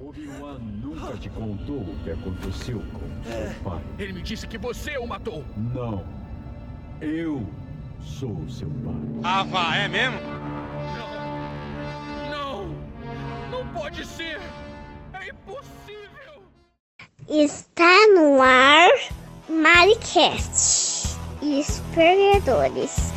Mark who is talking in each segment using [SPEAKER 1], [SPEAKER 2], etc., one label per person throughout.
[SPEAKER 1] Obi-Wan nunca te contou o que aconteceu com seu pai.
[SPEAKER 2] Ele me disse que você o matou.
[SPEAKER 1] Não. Eu sou seu pai.
[SPEAKER 3] Ah, vá, é mesmo?
[SPEAKER 2] Não! Não pode ser! É impossível!
[SPEAKER 4] Está no ar Maricast e os perdedores.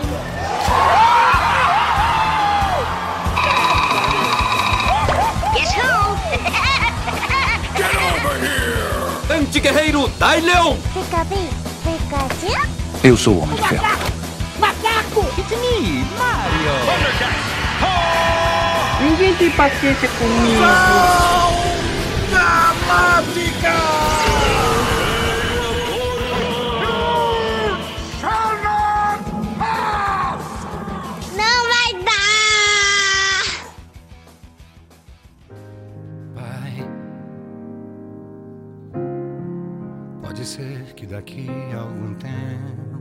[SPEAKER 2] Get over here!
[SPEAKER 5] Anti-guerreiro Dai Leão!
[SPEAKER 4] Fica bem, Pikachu?
[SPEAKER 5] Eu sou o Homem de Ferro.
[SPEAKER 4] Macaco!
[SPEAKER 5] It's me, Mario!
[SPEAKER 6] Ninguém tem paciência comigo.
[SPEAKER 4] Não vai dar!
[SPEAKER 7] Pai, pode ser que daqui a algum tempo.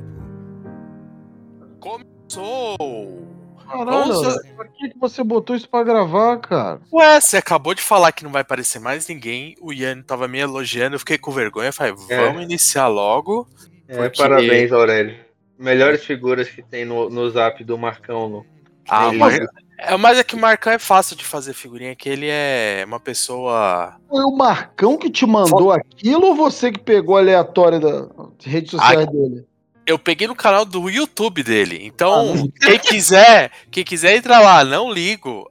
[SPEAKER 3] Começou!
[SPEAKER 8] Caralho, por que você botou isso pra gravar, cara?
[SPEAKER 3] Ué, você acabou de falar que não vai aparecer mais ninguém, o Ian tava me elogiando, eu fiquei com vergonha, falei, vamos iniciar logo. Porque...
[SPEAKER 9] Parabéns, Aurélio. Melhores figuras que tem no zap do Marcão.
[SPEAKER 3] Mas é que o Marcão é fácil de fazer figurinha, que ele é uma pessoa...
[SPEAKER 8] Foi o Marcão que te mandou aquilo ou você que pegou aleatório das redes sociais dele?
[SPEAKER 3] Eu peguei no canal do YouTube dele, então quem quiser entrar lá, não ligo,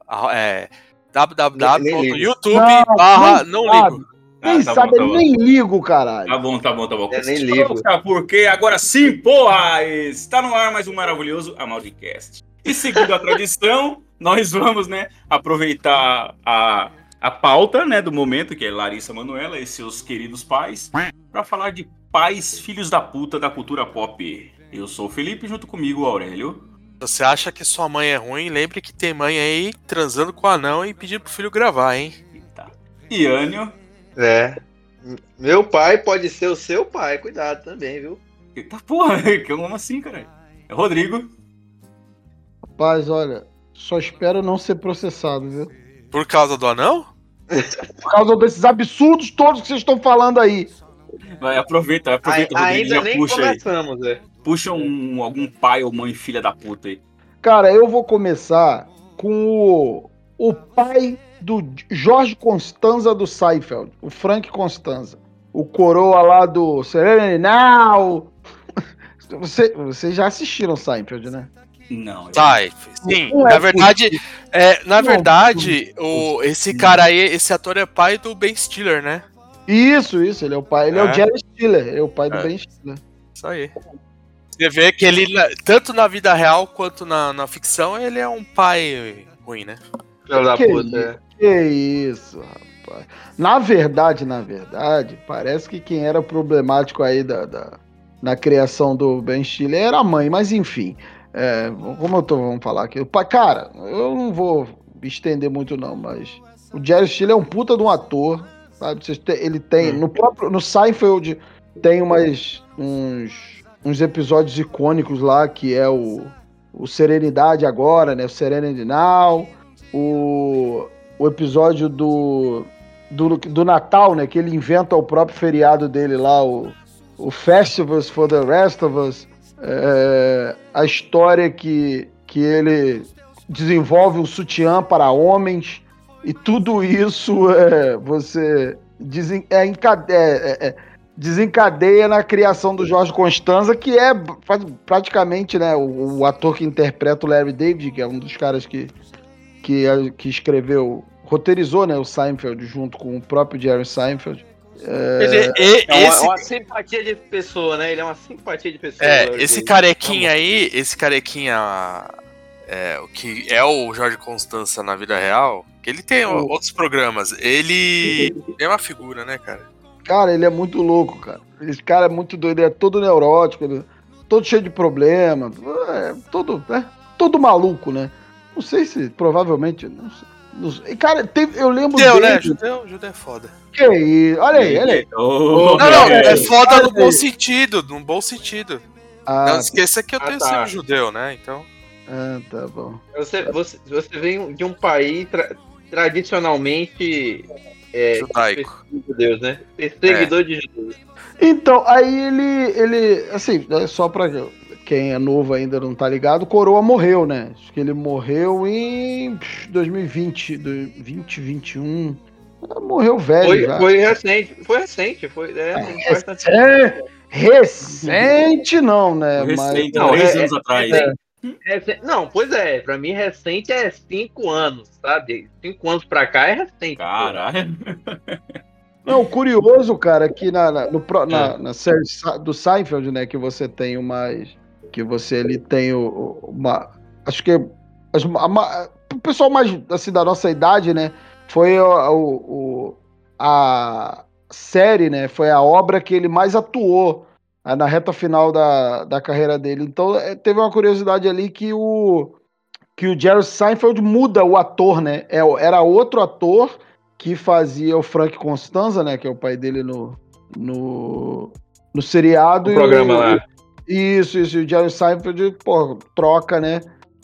[SPEAKER 3] www.youtube.com/não ligo.
[SPEAKER 8] Nem sabe, tá nem ligo, caralho.
[SPEAKER 10] Tá bom.
[SPEAKER 9] Eu nem ligo.
[SPEAKER 10] Porque agora sim, porra, está no ar mais um maravilhoso Amaldicast. E seguindo a tradição, nós vamos, aproveitar a pauta, do momento, que é Larissa Manoela e seus queridos pais, para falar de pais filhos da puta da cultura pop. Eu sou o Felipe, junto comigo o Aurélio.
[SPEAKER 3] Você acha que sua mãe é ruim? Lembre que tem mãe aí transando com o anão e pedindo pro filho gravar, hein?
[SPEAKER 10] Eita. Iânio.
[SPEAKER 9] Meu pai pode ser o seu pai, cuidado também, viu?
[SPEAKER 10] Eita porra, que eu amo assim, cara. É Rodrigo.
[SPEAKER 8] Rapaz, olha, só espero não ser processado, viu?
[SPEAKER 3] Por causa do anão?
[SPEAKER 8] Por causa desses absurdos todos que vocês estão falando aí.
[SPEAKER 10] Vai, aproveita, Rodrigo,
[SPEAKER 9] ainda nem
[SPEAKER 10] puxa
[SPEAKER 9] começamos,
[SPEAKER 10] aí. Puxa algum pai ou mãe filha da puta aí.
[SPEAKER 8] Cara, eu vou começar com o pai do Jorge Costanza do Seinfeld, o Frank Costanza. O coroa lá do Serenity Now. Vocês já assistiram Seinfeld, né?
[SPEAKER 10] Não.
[SPEAKER 3] Sim. Na verdade, esse cara aí, esse ator é pai do Ben Stiller, né?
[SPEAKER 8] Isso, ele é o pai, ele é o Jerry Stiller, ele é o pai do Ben Stiller.
[SPEAKER 3] Isso aí. Você vê que ele, tanto na vida real quanto na ficção, ele é um pai ruim, né?
[SPEAKER 8] Que isso, rapaz. Na verdade, parece que quem era problemático aí na criação do Ben Stiller era a mãe, mas enfim. Vamos falar aqui. Cara, eu não vou estender muito não, mas o Jerry Stiller é um puta de um ator, sabe? Ele tem, no Seinfeld tem uns episódios icônicos lá, que é o Serenidade Agora, né? O Serenity Now, o episódio do Natal, né? Que ele inventa o próprio feriado dele lá, o Festivals for the Rest of Us. A história que ele desenvolve um sutiã para homens, e tudo isso você desencadeia na criação do Jorge Costanza, que é praticamente, né, o ator que interpreta o Larry David, que é um dos caras que roteirizou, né, o Seinfeld junto com o próprio Jerry Seinfeld.
[SPEAKER 9] É uma simpatia de pessoa, né? Ele é uma simpatia de pessoa.
[SPEAKER 3] Esse carequinha aí, o que é o Jorge Costanza na vida real, que ele tem outros programas, ele é uma figura, né, cara?
[SPEAKER 8] Cara, ele é muito louco, cara. Esse cara é muito doido, ele é todo neurótico, todo cheio de problema, todo maluco, né? Não sei se, provavelmente, não sei. Cara, eu lembro
[SPEAKER 3] dele...
[SPEAKER 8] né?
[SPEAKER 3] Judeu é foda.
[SPEAKER 8] Que isso? Olha aí.
[SPEAKER 3] É foda no bom sentido, não esqueça que eu tenho sido judeu, né? Então...
[SPEAKER 8] tá bom.
[SPEAKER 9] Você vem de um país tradicionalmente
[SPEAKER 3] judaico.
[SPEAKER 9] De Deus, né? Perseguidor de Jesus.
[SPEAKER 8] Então, aí ele assim, só pra quem é novo ainda não tá ligado, o Coroa morreu, né? Acho que ele morreu em 2020, 2021. Morreu velho já.
[SPEAKER 9] Foi recente.
[SPEAKER 8] Recente não, né?
[SPEAKER 10] Recente,
[SPEAKER 8] mas,
[SPEAKER 10] 3 anos atrás.
[SPEAKER 9] Não, pois é. Pra mim, recente é 5 anos, sabe? 5 anos pra cá é recente.
[SPEAKER 10] Caralho.
[SPEAKER 8] Não, curioso, cara, que na série do Seinfeld, né, que você tem que você ali tem uma... Acho que o pessoal mais, assim, da nossa idade, né, foi a série, né, foi a obra que ele mais atuou na reta final da carreira dele. Então, teve uma curiosidade ali que o Jerry Seinfeld muda o ator, né, era outro ator que fazia o Frank Costanza, né, que é o pai dele no seriado.
[SPEAKER 9] O programa lá.
[SPEAKER 8] Isso, e o Jerry Seinfeld, pô, troca, né,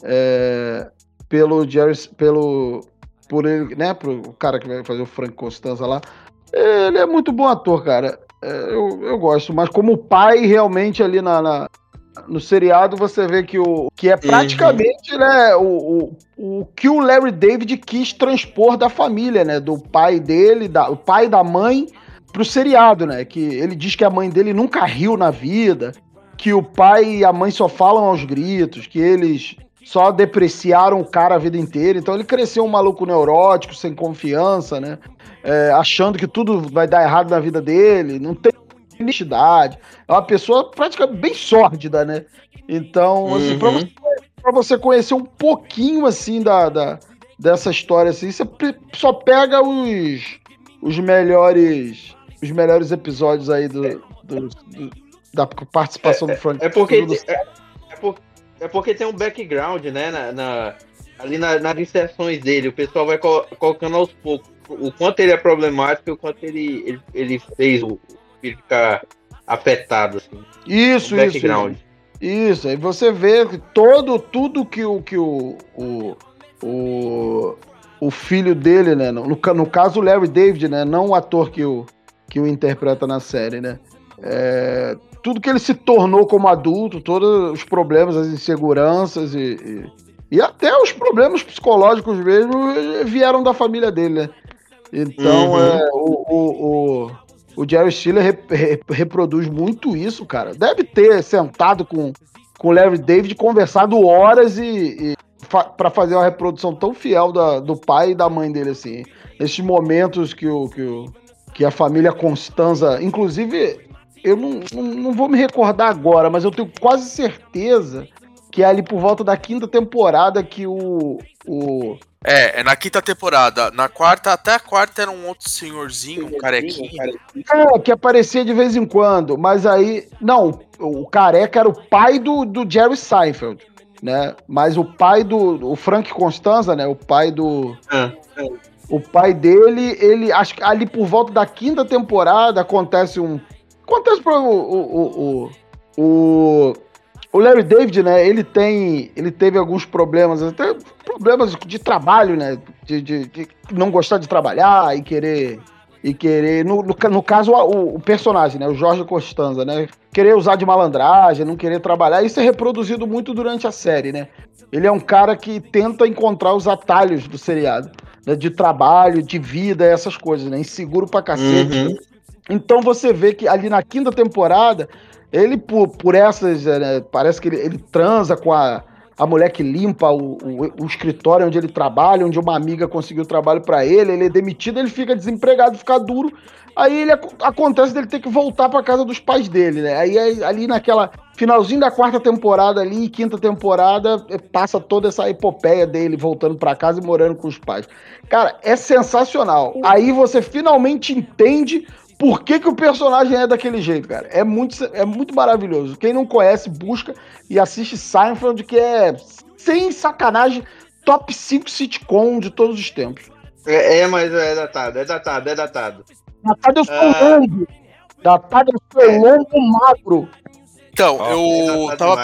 [SPEAKER 8] por ele, né, pro cara que vai fazer o Frank Costanza lá. Ele é muito bom ator, cara. Eu gosto, mas como pai, realmente, ali no seriado, você vê que é praticamente, né, o que o Larry David quis transpor da família, né, do pai dele, o pai da mãe, pro seriado, né, que ele diz que a mãe dele nunca riu na vida, que o pai e a mãe só falam aos gritos, que eles só depreciaram o cara a vida inteira. Então ele cresceu um maluco neurótico, sem confiança, né, achando que tudo vai dar errado na vida dele, não tem honestidade, é uma pessoa praticamente bem sórdida, né? Então, assim, pra você conhecer um pouquinho, assim, dessa história, assim, você só pega os melhores episódios aí da participação do Frank.
[SPEAKER 9] É porque tem um background, né, ali nas inserções dele, o pessoal vai colocando aos poucos o quanto ele é problemático e o quanto ele fez o ficar afetado, assim.
[SPEAKER 8] Isso. Aí você vê que tudo que o filho dele, né? No caso, o Larry David, né? Não o ator que o interpreta na série, né? Tudo que ele se tornou como adulto, todos os problemas, as inseguranças e até os problemas psicológicos mesmo vieram da família dele, né? Então, o Jerry Stiller reproduz muito isso, cara. Deve ter sentado com o Larry David, conversado horas para fazer uma reprodução tão fiel do pai e da mãe dele, assim. Nesses momentos que a família Costanza... Inclusive, eu não vou me recordar agora, mas eu tenho quase certeza que é ali por volta da 5ª temporada que
[SPEAKER 3] É na 5ª temporada. Na 4ª, até a 4ª era um outro senhorzinho, um carequinho.
[SPEAKER 8] Que aparecia de vez em quando, mas aí... Não, o careca era o pai do Jerry Seinfeld, né? Mas o pai o Frank Costanza, né? O pai do... O pai dele, ele... Acho que ali por volta da 5ª temporada acontece o Larry David, né, ele teve alguns problemas, até problemas de trabalho, né, de não gostar de trabalhar e querer no caso, o personagem, né, o Jorge Costanza, né, querer usar de malandragem, não querer trabalhar, isso é reproduzido muito durante a série, né. Ele é um cara que tenta encontrar os atalhos do seriado, né, de trabalho, de vida, essas coisas, né, inseguro pra cacete. Então você vê que ali na 5ª temporada, ele, por essas, né, parece que ele transa com a mulher que limpa o escritório onde ele trabalha, onde uma amiga conseguiu trabalho pra ele é demitido, ele fica desempregado, fica duro, aí acontece dele ter que voltar pra casa dos pais dele, né? Aí ali naquela finalzinho da 4ª temporada ali, 5ª temporada, passa toda essa epopeia dele voltando pra casa e morando com os pais. Cara, é sensacional. Aí você finalmente entende por que o personagem é daquele jeito, cara. É muito maravilhoso. Quem não conhece, busca e assiste Seinfeld, que é, sem sacanagem, top 5 sitcom de todos os tempos.
[SPEAKER 9] Mas é datado.
[SPEAKER 8] Datado eu sou longo. Datado eu sou longo, magro.
[SPEAKER 3] Então, eu tava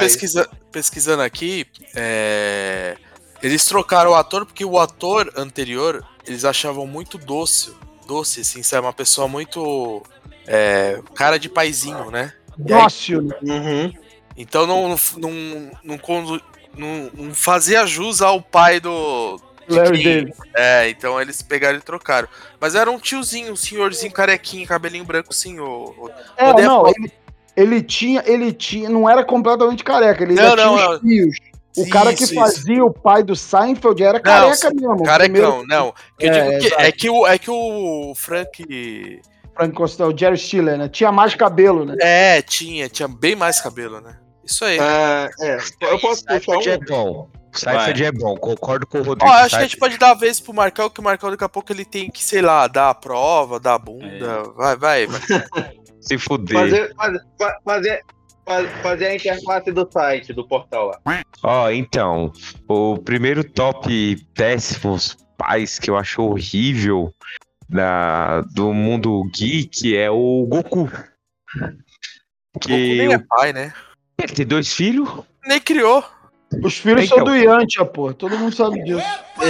[SPEAKER 3] pesquisando aqui, eles trocaram o ator porque o ator anterior, eles achavam muito doce, assim, sabe? Uma pessoa muito cara de paizinho, né?
[SPEAKER 8] Dócil.
[SPEAKER 3] Então não fazia jus ao pai do
[SPEAKER 8] Larry David.
[SPEAKER 3] Então eles pegaram e trocaram. Mas era um tiozinho, um senhorzinho carequinho, cabelinho branco, sim.
[SPEAKER 8] Ele tinha, não era completamente careca, ele tinha os fios. O cara que fazia o pai do Seinfeld era careca mesmo.
[SPEAKER 3] Carecão, não. É que o Frank
[SPEAKER 8] Costello, o Jerry Stiller, né? Tinha mais cabelo, né?
[SPEAKER 3] Tinha bem mais cabelo, né? Isso aí.
[SPEAKER 9] Eu posso puxar um?
[SPEAKER 11] É bom. Seinfeld é bom, concordo com o Rodrigo.
[SPEAKER 3] Acho que a gente pode dar a vez pro Marcão, que o Marcão daqui a pouco ele tem que, sei lá, dar a prova, dar a bunda. Vai.
[SPEAKER 11] Se fuder.
[SPEAKER 9] Fazer a interface do site, do portal lá.
[SPEAKER 11] Então, o primeiro top péssimos pais que eu acho horrível do mundo geek é o Goku.
[SPEAKER 3] Goku nem é pai, né?
[SPEAKER 11] Ele tem 2 filhos?
[SPEAKER 3] Nem criou.
[SPEAKER 8] Os filhos são do Yantia, pô. Todo mundo sabe disso.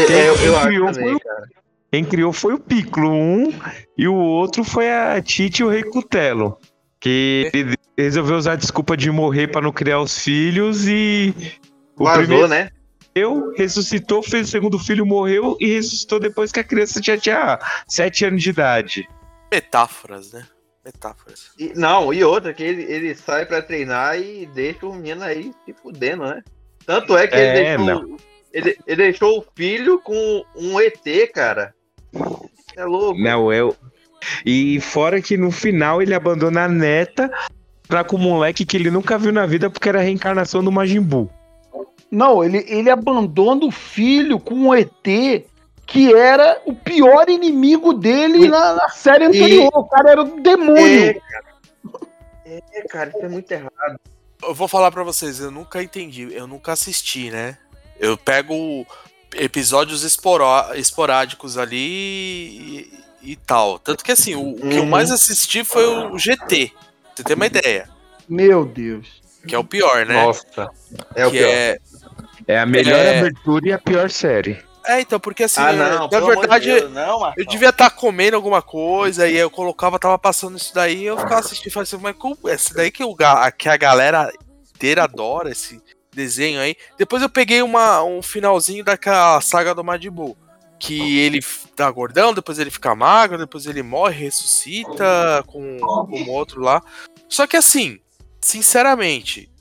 [SPEAKER 11] Quem criou foi o Piccolo, e o outro foi a Titi e o Rei Cutelo. Que ele resolveu usar a desculpa de morrer pra não criar os filhos e...
[SPEAKER 9] Vazou, né?
[SPEAKER 11] Ressuscitou, fez o segundo filho, morreu e ressuscitou depois que a criança já tinha 7 anos de idade.
[SPEAKER 3] Metáforas, né?
[SPEAKER 9] E outra, que ele sai pra treinar e deixa o menino aí se fudendo, né? Tanto é que ele deixou o filho com um ET, cara. É louco.
[SPEAKER 11] E fora que no final ele abandona a neta com o moleque que ele nunca viu na vida porque era a reencarnação do Majin Buu.
[SPEAKER 8] Não, ele abandona o filho com um ET que era o pior inimigo dele na série anterior. O cara era o demônio.
[SPEAKER 9] Cara, isso é muito errado.
[SPEAKER 3] Eu vou falar pra vocês, eu nunca entendi, eu nunca assisti, né? Eu pego episódios esporádicos ali e tal. Tanto que assim, o que eu mais assisti foi o GT. Você tem uma ideia?
[SPEAKER 8] Meu Deus.
[SPEAKER 3] Que é o pior, né?
[SPEAKER 9] Nossa. É o pior.
[SPEAKER 11] É a melhor abertura e a pior série.
[SPEAKER 3] Então, porque assim, na verdade, eu devia estar comendo alguma coisa e eu tava passando isso daí e eu ficava assistindo e falava assim, mas como esse daí que a galera inteira adora esse desenho aí. Depois eu peguei um finalzinho daquela saga do Majin Buu, que ele tá gordão, depois ele fica magro, depois ele morre, ressuscita com um outro lá. Só que assim, sinceramente,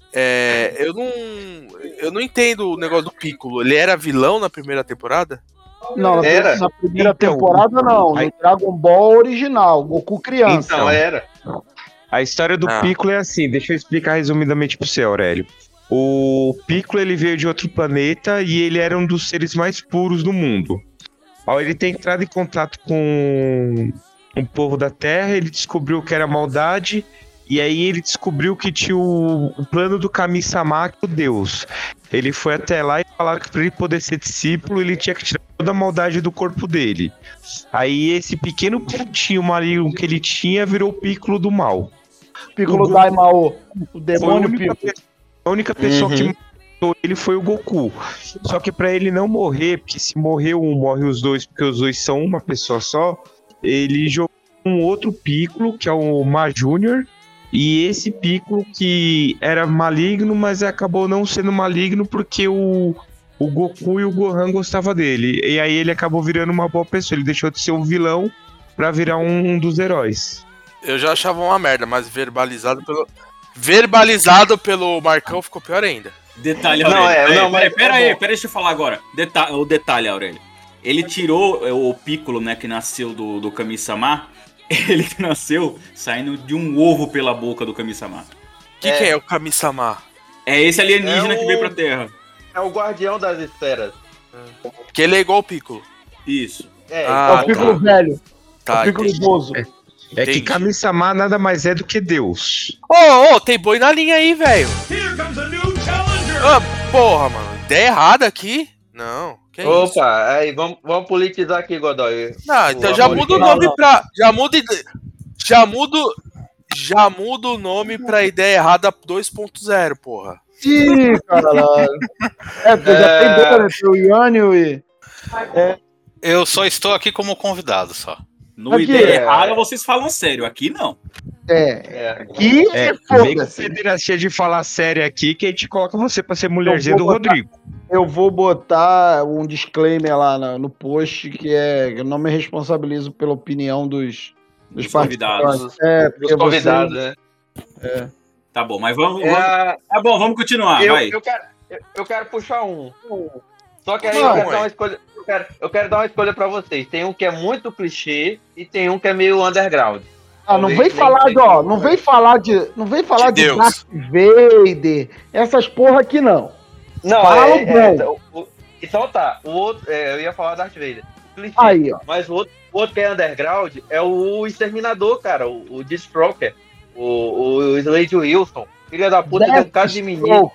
[SPEAKER 3] eu não entendo o negócio do Piccolo. Ele era vilão na primeira temporada?
[SPEAKER 8] Não, na primeira temporada não. No Dragon Ball original, Goku criança.
[SPEAKER 9] Então, era.
[SPEAKER 11] A história do Piccolo é assim, deixa eu explicar resumidamente pro você, Aurélio. O Piccolo, ele veio de outro planeta e ele era um dos seres mais puros do mundo. Ao ele ter entrado em contato com o povo da Terra, ele descobriu que era maldade. E aí ele descobriu que tinha o plano do Kami-sama, que é o Deus. Ele foi até lá e falaram que para ele poder ser discípulo, ele tinha que tirar toda a maldade do corpo dele. Aí esse pequeno pontinho maligno que ele tinha virou o Piccolo do mal.
[SPEAKER 8] Piccolo Daimao, o demônio Piccolo.
[SPEAKER 11] A única pessoa que matou ele foi o Goku. Só que para ele não morrer, porque se morrer um, morre os dois, porque os dois são uma pessoa só, ele jogou um outro Piccolo, que é o Ma Junior. E esse Piccolo que era maligno, mas acabou não sendo maligno porque o Goku e o Gohan gostavam dele. E aí ele acabou virando uma boa pessoa. Ele deixou de ser um vilão pra virar um dos heróis.
[SPEAKER 3] Eu já achava uma merda, mas verbalizado pelo Marcão ficou pior ainda.
[SPEAKER 10] Detalhe, Aurélio. Pera aí, deixa eu falar agora. O detalhe, Aurélio. Ele tirou o Piccolo, né, que nasceu do Kami-sama. Ele que nasceu saindo de um ovo pela boca do Kami-sama.
[SPEAKER 3] Quem é o Kami-sama?
[SPEAKER 10] É esse alienígena que veio pra Terra.
[SPEAKER 9] É o guardião das esferas.
[SPEAKER 3] Que ele é igual o Piccolo.
[SPEAKER 10] Isso.
[SPEAKER 8] É o Piccolo velho.
[SPEAKER 3] Tá,
[SPEAKER 8] o Piccolo idoso.
[SPEAKER 11] É que Kami-sama nada mais é do que Deus.
[SPEAKER 3] Tem boi na linha aí, velho. Porra, mano. Ideia errada aqui? Não.
[SPEAKER 9] Opa, aí vamos politizar aqui, Godoy.
[SPEAKER 3] Não, então já muda o nome pra. Já muda o nome pra Ideia Errada 2.0, porra.
[SPEAKER 8] Sim, caralho. Já tem dois, né? Tem o Yânio e.
[SPEAKER 12] Eu só estou aqui como convidado, só.
[SPEAKER 10] No Ideia Errada, vocês falam sério. Aqui, não.
[SPEAKER 11] Aqui vem com pederastia de falar sério aqui, que a gente coloca você pra ser mulherzinha do Rodrigo.
[SPEAKER 8] Eu vou botar um disclaimer lá no post, que eu não me responsabilizo pela opinião dos
[SPEAKER 10] convidados.
[SPEAKER 9] Dos convidados, né?
[SPEAKER 10] Tá bom, mas vamos. Tá bom, vamos continuar. Vai.
[SPEAKER 9] Eu quero puxar um. Só que aí eu quero dar uma escolha. Eu quero dar uma escolha pra vocês. Tem um que é muito clichê e tem um que é meio underground.
[SPEAKER 8] Não vem falar de Darth Vader, essas porra aqui não.
[SPEAKER 9] Não, então tá. O outro, eu ia falar Darth Vader. Clichê,
[SPEAKER 8] aí, ó.
[SPEAKER 9] Mas o outro que é underground é o Exterminador, cara. O Deathstroker. O Slade Wilson. Filha da puta, tem um caso de menino.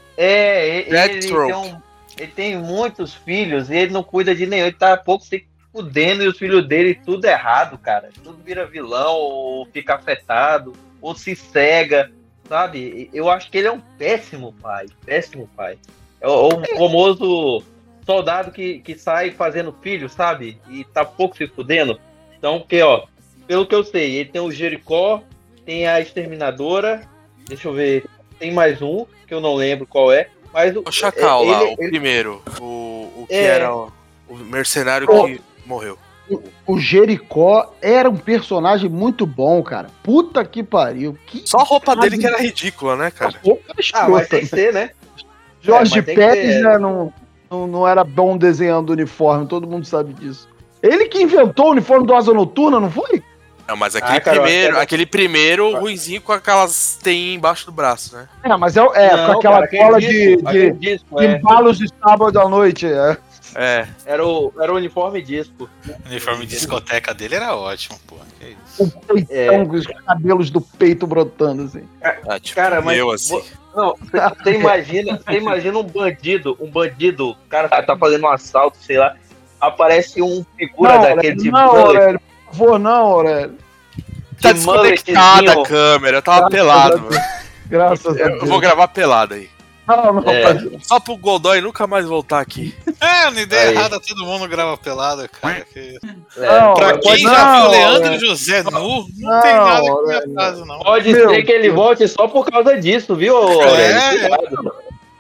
[SPEAKER 9] Ele tem muitos filhos e ele não cuida de nenhum. Ele tá pouco se fudendo e os filhos dele tudo errado, cara. Tudo vira vilão, ou fica afetado, ou se cega, sabe? Eu acho que ele é um péssimo pai. Péssimo pai. É o famoso soldado que sai fazendo filho, sabe? E tá pouco se fudendo. Então, pelo que eu sei, ele tem o Jericó, tem a Exterminadora, deixa eu ver, tem mais um, que eu não lembro qual é. Mas
[SPEAKER 3] o Chacal lá, o primeiro. O que era o mercenário que morreu.
[SPEAKER 8] O Jericó era um personagem muito bom, cara. Puta que pariu.
[SPEAKER 3] Só a roupa dele que era ridícula, né, cara?
[SPEAKER 9] Mas tem que ser, né?
[SPEAKER 8] Jorge Pérez, né, não era bom desenhando uniforme, todo mundo sabe disso. Ele que inventou o uniforme do Asa Noturna, não foi?
[SPEAKER 3] Não, mas aquele primeiro ruinzinho com aquelas TI embaixo do braço, né?
[SPEAKER 8] Mas com aquela cola de embalos de sábado à noite.
[SPEAKER 9] Era o uniforme disco.
[SPEAKER 12] O uniforme de discoteca dele era ótimo, pô. Que isso?
[SPEAKER 8] O peitão com os cabelos do peito brotando, assim.
[SPEAKER 9] Cara, mas...
[SPEAKER 3] assim.
[SPEAKER 9] Não, você imagina um bandido, o cara tá fazendo um assalto, sei lá, aparece um figura daquele de
[SPEAKER 8] Aurélio, por favor, não, Aurélio.
[SPEAKER 3] Tá desconectada a câmera, eu tava pelado, mano.
[SPEAKER 8] Graças a Deus.
[SPEAKER 3] Eu vou gravar pelado aí.
[SPEAKER 8] Não,
[SPEAKER 3] só pro Godoy nunca mais voltar aqui.
[SPEAKER 12] Na Ideia Errada todo mundo grava pelado, cara.
[SPEAKER 8] Pra
[SPEAKER 12] quem já viu Leandro José nu, não tem nada que me atrasa, não.
[SPEAKER 9] Pode ser que ele volte só por causa disso, viu, Aurélio?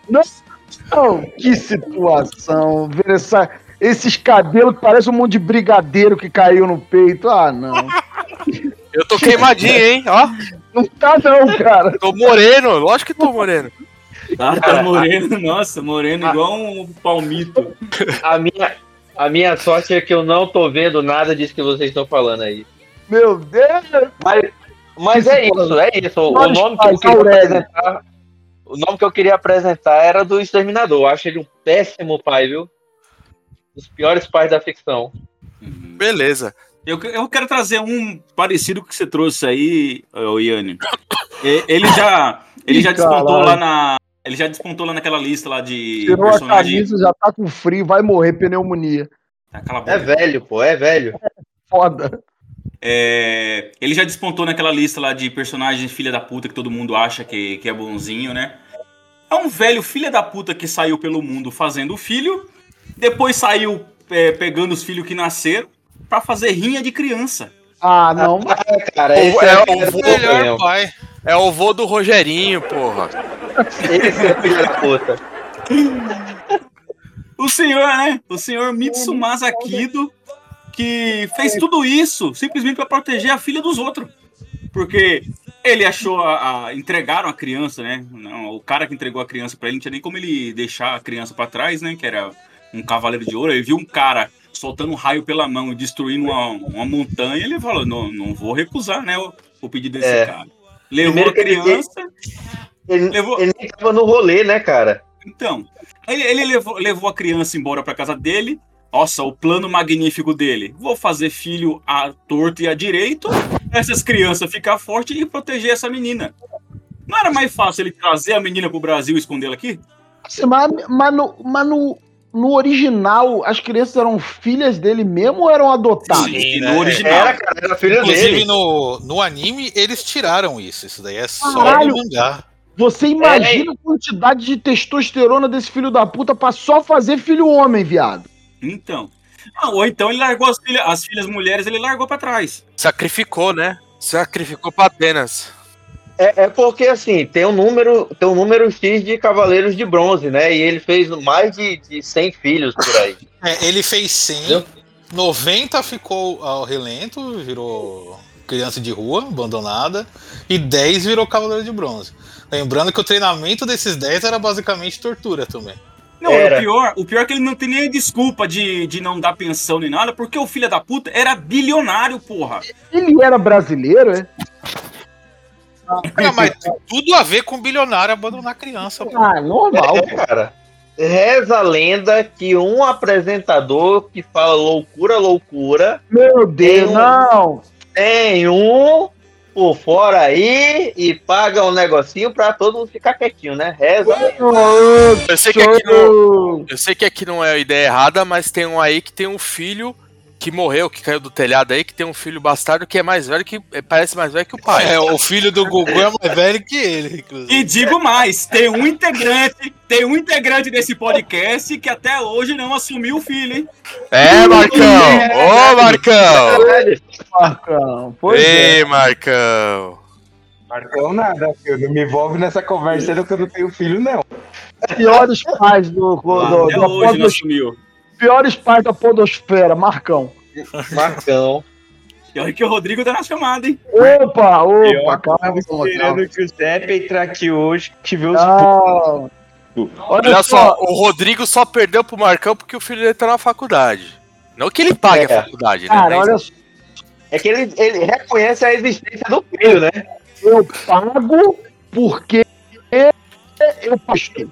[SPEAKER 8] Não, que situação. Ver esses cabelos que parecem um monte de brigadeiro que caiu no peito. Ah, não.
[SPEAKER 3] Eu tô queimadinho, hein? Ó.
[SPEAKER 8] Não tá não, cara.
[SPEAKER 3] Tô moreno, lógico que tô moreno.
[SPEAKER 10] Tá moreno, nossa, moreno igual um palmito.
[SPEAKER 9] A minha sorte é que eu não tô vendo nada disso que vocês estão falando aí.
[SPEAKER 8] Meu Deus!
[SPEAKER 9] Mas é isso. O nome que eu queria apresentar era do Exterminador. Eu acho ele um péssimo pai, viu? Dos piores pais da ficção.
[SPEAKER 3] Beleza.
[SPEAKER 10] Eu quero trazer um parecido com o que você trouxe aí, Iane. Ele já despontou lá na... Ele já despontou lá naquela lista lá de
[SPEAKER 8] tirou personagem... a camisa, já tá com frio, vai morrer, pneumonia.
[SPEAKER 10] É
[SPEAKER 9] velho, pô, é velho.
[SPEAKER 8] Foda.
[SPEAKER 10] Ele já despontou naquela lista lá de personagens filha da puta que todo mundo acha que é bonzinho, né? É um velho filha da puta que saiu pelo mundo fazendo filho, depois saiu pegando os filhos que nasceram pra fazer rinha de criança.
[SPEAKER 8] Ah, não.
[SPEAKER 9] Cara,
[SPEAKER 3] melhor pai. É o vô do Rogerinho, porra.
[SPEAKER 9] Esse é filho da puta.
[SPEAKER 10] O senhor, né? O senhor Mitsumasa Kido, que fez tudo isso simplesmente pra proteger a filha dos outros. Porque ele achou entregaram a criança, né? Não, o cara que entregou a criança pra ele não tinha nem como ele deixar a criança pra trás, né? Que era um cavaleiro de ouro. Ele viu um cara soltando um raio pela mão e destruindo uma montanha. Ele falou, não vou recusar, né? O pedido desse cara. Levou a criança.
[SPEAKER 9] Ele nem tava no rolê, né, cara?
[SPEAKER 10] Então, ele levou a criança embora pra casa dele. Nossa, o plano magnífico dele. Vou fazer filho à torto e à direito. Essas crianças ficar fortes e proteger essa menina. Não era mais fácil ele trazer a menina pro Brasil e escondê-la aqui?
[SPEAKER 8] Mas no original, as crianças eram filhas dele mesmo ou eram adotadas?
[SPEAKER 12] Sim,
[SPEAKER 10] no original.
[SPEAKER 9] Era filho dele.
[SPEAKER 12] Inclusive, no anime, eles tiraram isso. Isso daí é só
[SPEAKER 8] Caralho,
[SPEAKER 12] no mangá.
[SPEAKER 8] Você imagina a quantidade de testosterona desse filho da puta pra só fazer filho homem, viado.
[SPEAKER 10] Então. Ou então ele largou as filhas mulheres, ele largou pra trás.
[SPEAKER 3] Sacrificou, né? Sacrificou pra Atenas.
[SPEAKER 9] É porque, assim, tem um número X de Cavaleiros de Bronze, né? E ele fez mais de 100 filhos por aí.
[SPEAKER 13] Ele fez 100, 90 ficou ao relento, virou criança de rua, abandonada, e 10 virou Cavaleiro de Bronze. Lembrando que o treinamento desses 10 era basicamente tortura também.
[SPEAKER 10] Não, o pior é que ele não tem nem desculpa de não dar pensão nem nada, porque o filho da puta era bilionário, porra.
[SPEAKER 8] Ele era brasileiro, é?
[SPEAKER 13] Mas tudo a ver com bilionário abandonar criança.
[SPEAKER 8] Normal.
[SPEAKER 9] Cara. Reza a lenda que um apresentador que fala loucura.
[SPEAKER 8] Meu Deus, não!
[SPEAKER 9] Tem um por fora aí e paga um negocinho pra todo mundo ficar quietinho, né? Reza.
[SPEAKER 3] Eu sei que aqui não é ideia errada, mas tem um aí que tem um filho que morreu, que caiu do telhado aí, que tem um filho bastardo que é mais velho, que parece mais velho que o pai.
[SPEAKER 13] O filho do Gugu é mais velho que ele, inclusive.
[SPEAKER 10] E digo mais, tem um integrante desse podcast que até hoje não assumiu o filho, hein?
[SPEAKER 3] Marcão! Ô, Marcão!
[SPEAKER 8] Marcão,
[SPEAKER 3] Ei, Marcão!
[SPEAKER 11] Marcão nada, filho. Não me envolve nessa conversa que eu não tenho filho, não.
[SPEAKER 8] Piores pais
[SPEAKER 10] até hoje não assumiu.
[SPEAKER 8] Piores pais da podosfera, Marcão.
[SPEAKER 10] Pior que o Rodrigo tá na chamada, hein?
[SPEAKER 8] Opa,
[SPEAKER 11] calma. Esperando que o Zé entrar aqui hoje, que vê os...
[SPEAKER 3] Olha só, o Rodrigo só perdeu pro Marcão porque o filho dele tá na faculdade. Não que ele pague a faculdade, né?
[SPEAKER 8] Cara, olha só.
[SPEAKER 9] É que ele reconhece a existência do filho, né?
[SPEAKER 8] Eu pago porque eu pasto.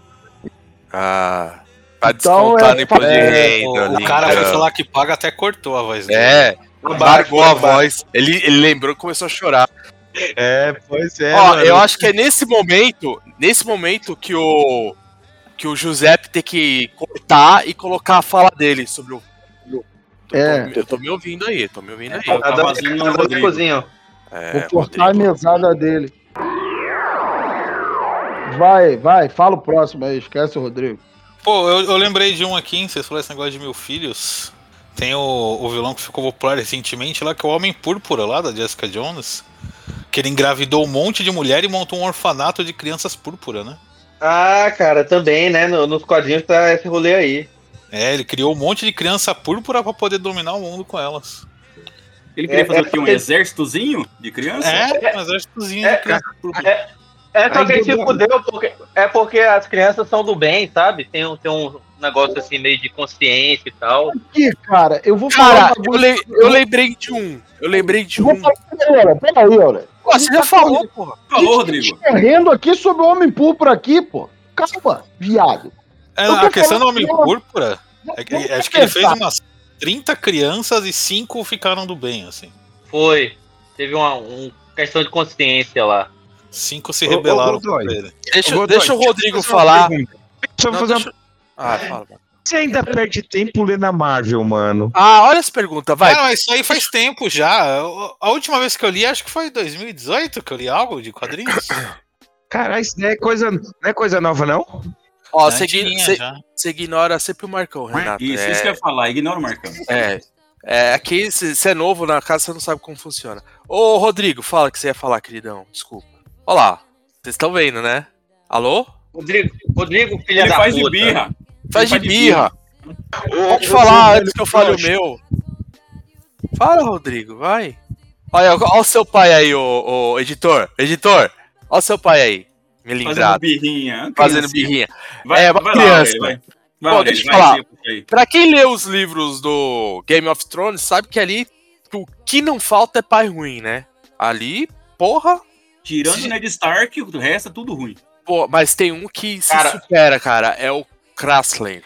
[SPEAKER 3] Pra descontar no imposto de renda.
[SPEAKER 13] O cara vai falar que paga, até cortou a voz dele.
[SPEAKER 3] Largou a voz. Ele lembrou e começou a chorar.
[SPEAKER 11] Pois é.
[SPEAKER 3] Ó, eu acho que é nesse momento que o Giuseppe tem que cortar e colocar a fala dele sobre o... Eu tô me ouvindo aí,
[SPEAKER 9] Tá vazando no Rodrigozinho.
[SPEAKER 8] Vou cortar a mesada dele. Vai, fala o próximo aí, esquece o Rodrigo.
[SPEAKER 13] Pô, eu lembrei de um aqui, vocês falaram esse negócio de 1000 filhos. Tem o vilão que ficou popular recentemente lá, que é o Homem Púrpura lá, da Jessica Jones. Que ele engravidou um monte de mulher e montou um orfanato de crianças púrpura, né?
[SPEAKER 9] Cara, também, né? Nos quadrinhos tá esse rolê aí.
[SPEAKER 13] Ele criou um monte de criança púrpura pra poder dominar o mundo com elas.
[SPEAKER 10] Ele queria fazer o quê? Um exércitozinho de criança?
[SPEAKER 13] Um exércitozinho de criança púrpura.
[SPEAKER 9] Só que ele se fudeu porque as crianças são do bem, sabe? Tem um negócio assim meio de consciência e tal.
[SPEAKER 8] Aqui, cara, eu vou falar.
[SPEAKER 3] Eu lembrei de um.
[SPEAKER 8] Peraí, olha.
[SPEAKER 3] Você já falou, porra.
[SPEAKER 10] Falou, Rodrigo.
[SPEAKER 8] Correndo aqui sobre o Homem Púrpura aqui, pô. Calma, viado.
[SPEAKER 13] A questão do Homem Púrpura, acho que ele fez umas 30 crianças e 5 ficaram do bem, assim.
[SPEAKER 9] Foi. Teve uma questão de consciência lá.
[SPEAKER 13] 5 se rebelaram com ele.
[SPEAKER 3] Deixa o Rodrigo falar.
[SPEAKER 11] Deixa eu fazer uma...
[SPEAKER 3] fala.
[SPEAKER 11] Você ainda perde tempo lendo a Marvel, mano.
[SPEAKER 3] Olha essa pergunta, vai.
[SPEAKER 13] Mas isso aí faz tempo já. A última vez que eu li, acho que foi em 2018 que eu li algo de quadrinhos.
[SPEAKER 11] Caralho, isso não é coisa nova, não?
[SPEAKER 3] Ó, você ignora sempre o Marcão, Renato.
[SPEAKER 10] Isso que eu ia falar, ignora o Marcão.
[SPEAKER 3] Aqui, você é novo na casa, você não sabe como funciona. Ô, Rodrigo, fala o que você ia falar, queridão. Desculpa. Olha lá, vocês estão vendo, né? Alô?
[SPEAKER 9] Rodrigo, filha
[SPEAKER 10] ele
[SPEAKER 9] da
[SPEAKER 10] faz
[SPEAKER 9] puta.
[SPEAKER 10] de birra.
[SPEAKER 3] Faz de birra. Pode falar antes que eu fale o meu. Fala, Rodrigo, vai. Olha o seu pai aí, o editor. Editor, olha o seu pai aí.
[SPEAKER 10] Fazendo birrinha.
[SPEAKER 3] Fazendo birrinha.
[SPEAKER 10] Vai
[SPEAKER 3] criança.
[SPEAKER 10] Vai.
[SPEAKER 3] Bom, deixa eu falar. Pra quem lê os livros do Game of Thrones, sabe que ali o que não falta é pai ruim, né? Ali, porra...
[SPEAKER 10] Tirando o Ned Stark, o resto é tudo ruim.
[SPEAKER 3] Pô, mas tem um que se supera, cara. É o Chrysler.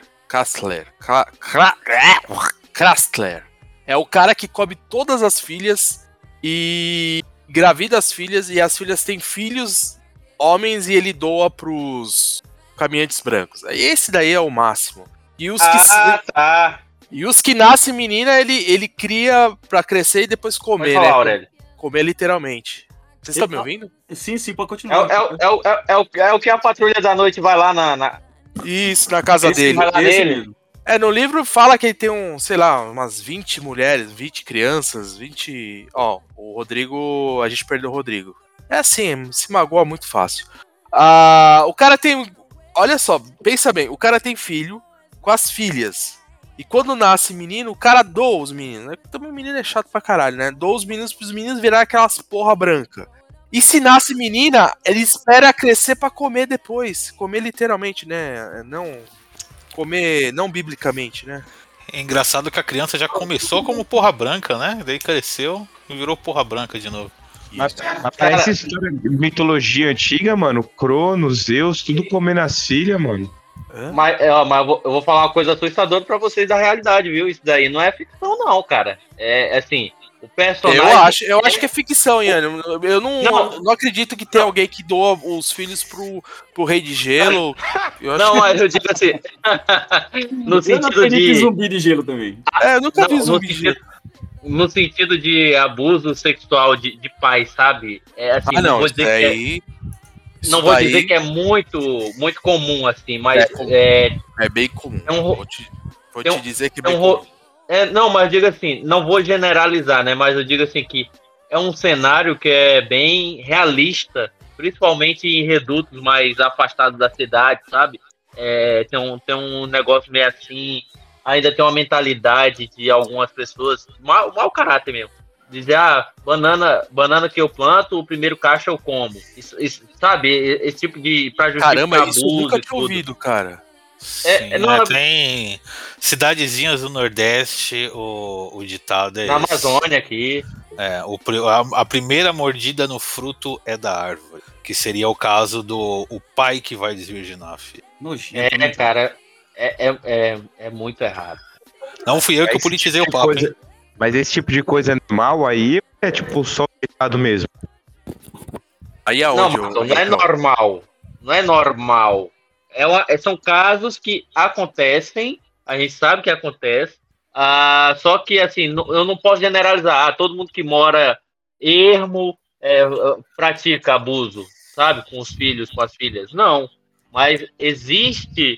[SPEAKER 3] É o cara que come todas as filhas e engravida as filhas, e as filhas têm filhos homens e ele doa pros caminhantes brancos. Esse daí é o máximo. E os E os que nascem menina, ele cria pra crescer e depois comer,
[SPEAKER 9] falar,
[SPEAKER 3] né?
[SPEAKER 9] Aurélio.
[SPEAKER 3] Comer literalmente. Vocês estão me ouvindo?
[SPEAKER 10] Sim, pode continuar.
[SPEAKER 9] É o que a patrulha da noite vai lá na...
[SPEAKER 3] Isso, na casa
[SPEAKER 9] Esse
[SPEAKER 3] dele.
[SPEAKER 9] vai lá nele.
[SPEAKER 3] No livro fala que ele tem sei lá, umas 20 mulheres, 20 crianças, 20... o Rodrigo... A gente perdeu o Rodrigo. É assim, se magoa muito fácil. O cara tem... Olha só, pensa bem. O cara tem filho com as filhas. E quando nasce menino, o cara doa os meninos. Também o menino é chato pra caralho, né? Doa os meninos pros meninos virar aquelas porra branca. E se nasce menina, ele espera crescer pra comer depois. Comer literalmente, né? Não... Comer não biblicamente, né?
[SPEAKER 13] É engraçado que a criança já começou como porra branca, né? Daí cresceu e virou porra branca de novo.
[SPEAKER 11] Mas essa história de mitologia antiga, mano, Cronos, Zeus, tudo comendo as filhas, mano.
[SPEAKER 9] Mas eu vou falar uma coisa assustadora pra vocês da realidade, viu? Isso daí não é ficção, não, cara. É assim, o personagem...
[SPEAKER 3] Eu acho que é ficção, Ian. Eu não acredito que tenha alguém que doa os filhos pro Rei de Gelo.
[SPEAKER 9] Mas eu digo assim... no sentido de...
[SPEAKER 10] zumbi de gelo também.
[SPEAKER 3] Eu nunca vi zumbi de gelo.
[SPEAKER 9] No sentido de abuso sexual de pai, sabe? Assim, não vou dizer dizer que é muito, muito comum, assim, mas...
[SPEAKER 3] É bem comum. Vou te dizer que é bem comum.
[SPEAKER 9] Mas eu digo assim, não vou generalizar, né? Mas eu digo assim que é um cenário que é bem realista, principalmente em redutos mais afastados da cidade, sabe? Tem um negócio meio assim, ainda tem uma mentalidade de algumas pessoas, mau caráter mesmo. Dizer, banana que eu planto, o primeiro cacho eu como. Isso, sabe? Esse tipo de... Pra justificar
[SPEAKER 3] Caramba, isso eu
[SPEAKER 9] abuso
[SPEAKER 3] nunca tinha ouvido, cara.
[SPEAKER 13] Sim, tem cidadezinhas do Nordeste, o ditado é
[SPEAKER 9] na Amazônia aqui.
[SPEAKER 13] A primeira mordida no fruto é da árvore. Que seria o caso do pai que vai desvirginar a filha.
[SPEAKER 9] Nojento, cara, é muito errado.
[SPEAKER 13] Não fui eu que politizei o papo, hein?
[SPEAKER 11] Mas esse tipo de coisa animal aí é tipo só errado mesmo.
[SPEAKER 3] Aí aonde?
[SPEAKER 9] Não é normal. Não é normal. São casos que acontecem, a gente sabe que acontece, só que assim, eu não posso generalizar, todo mundo que mora ermo pratica abuso, sabe, com os filhos, com as filhas, não, mas existe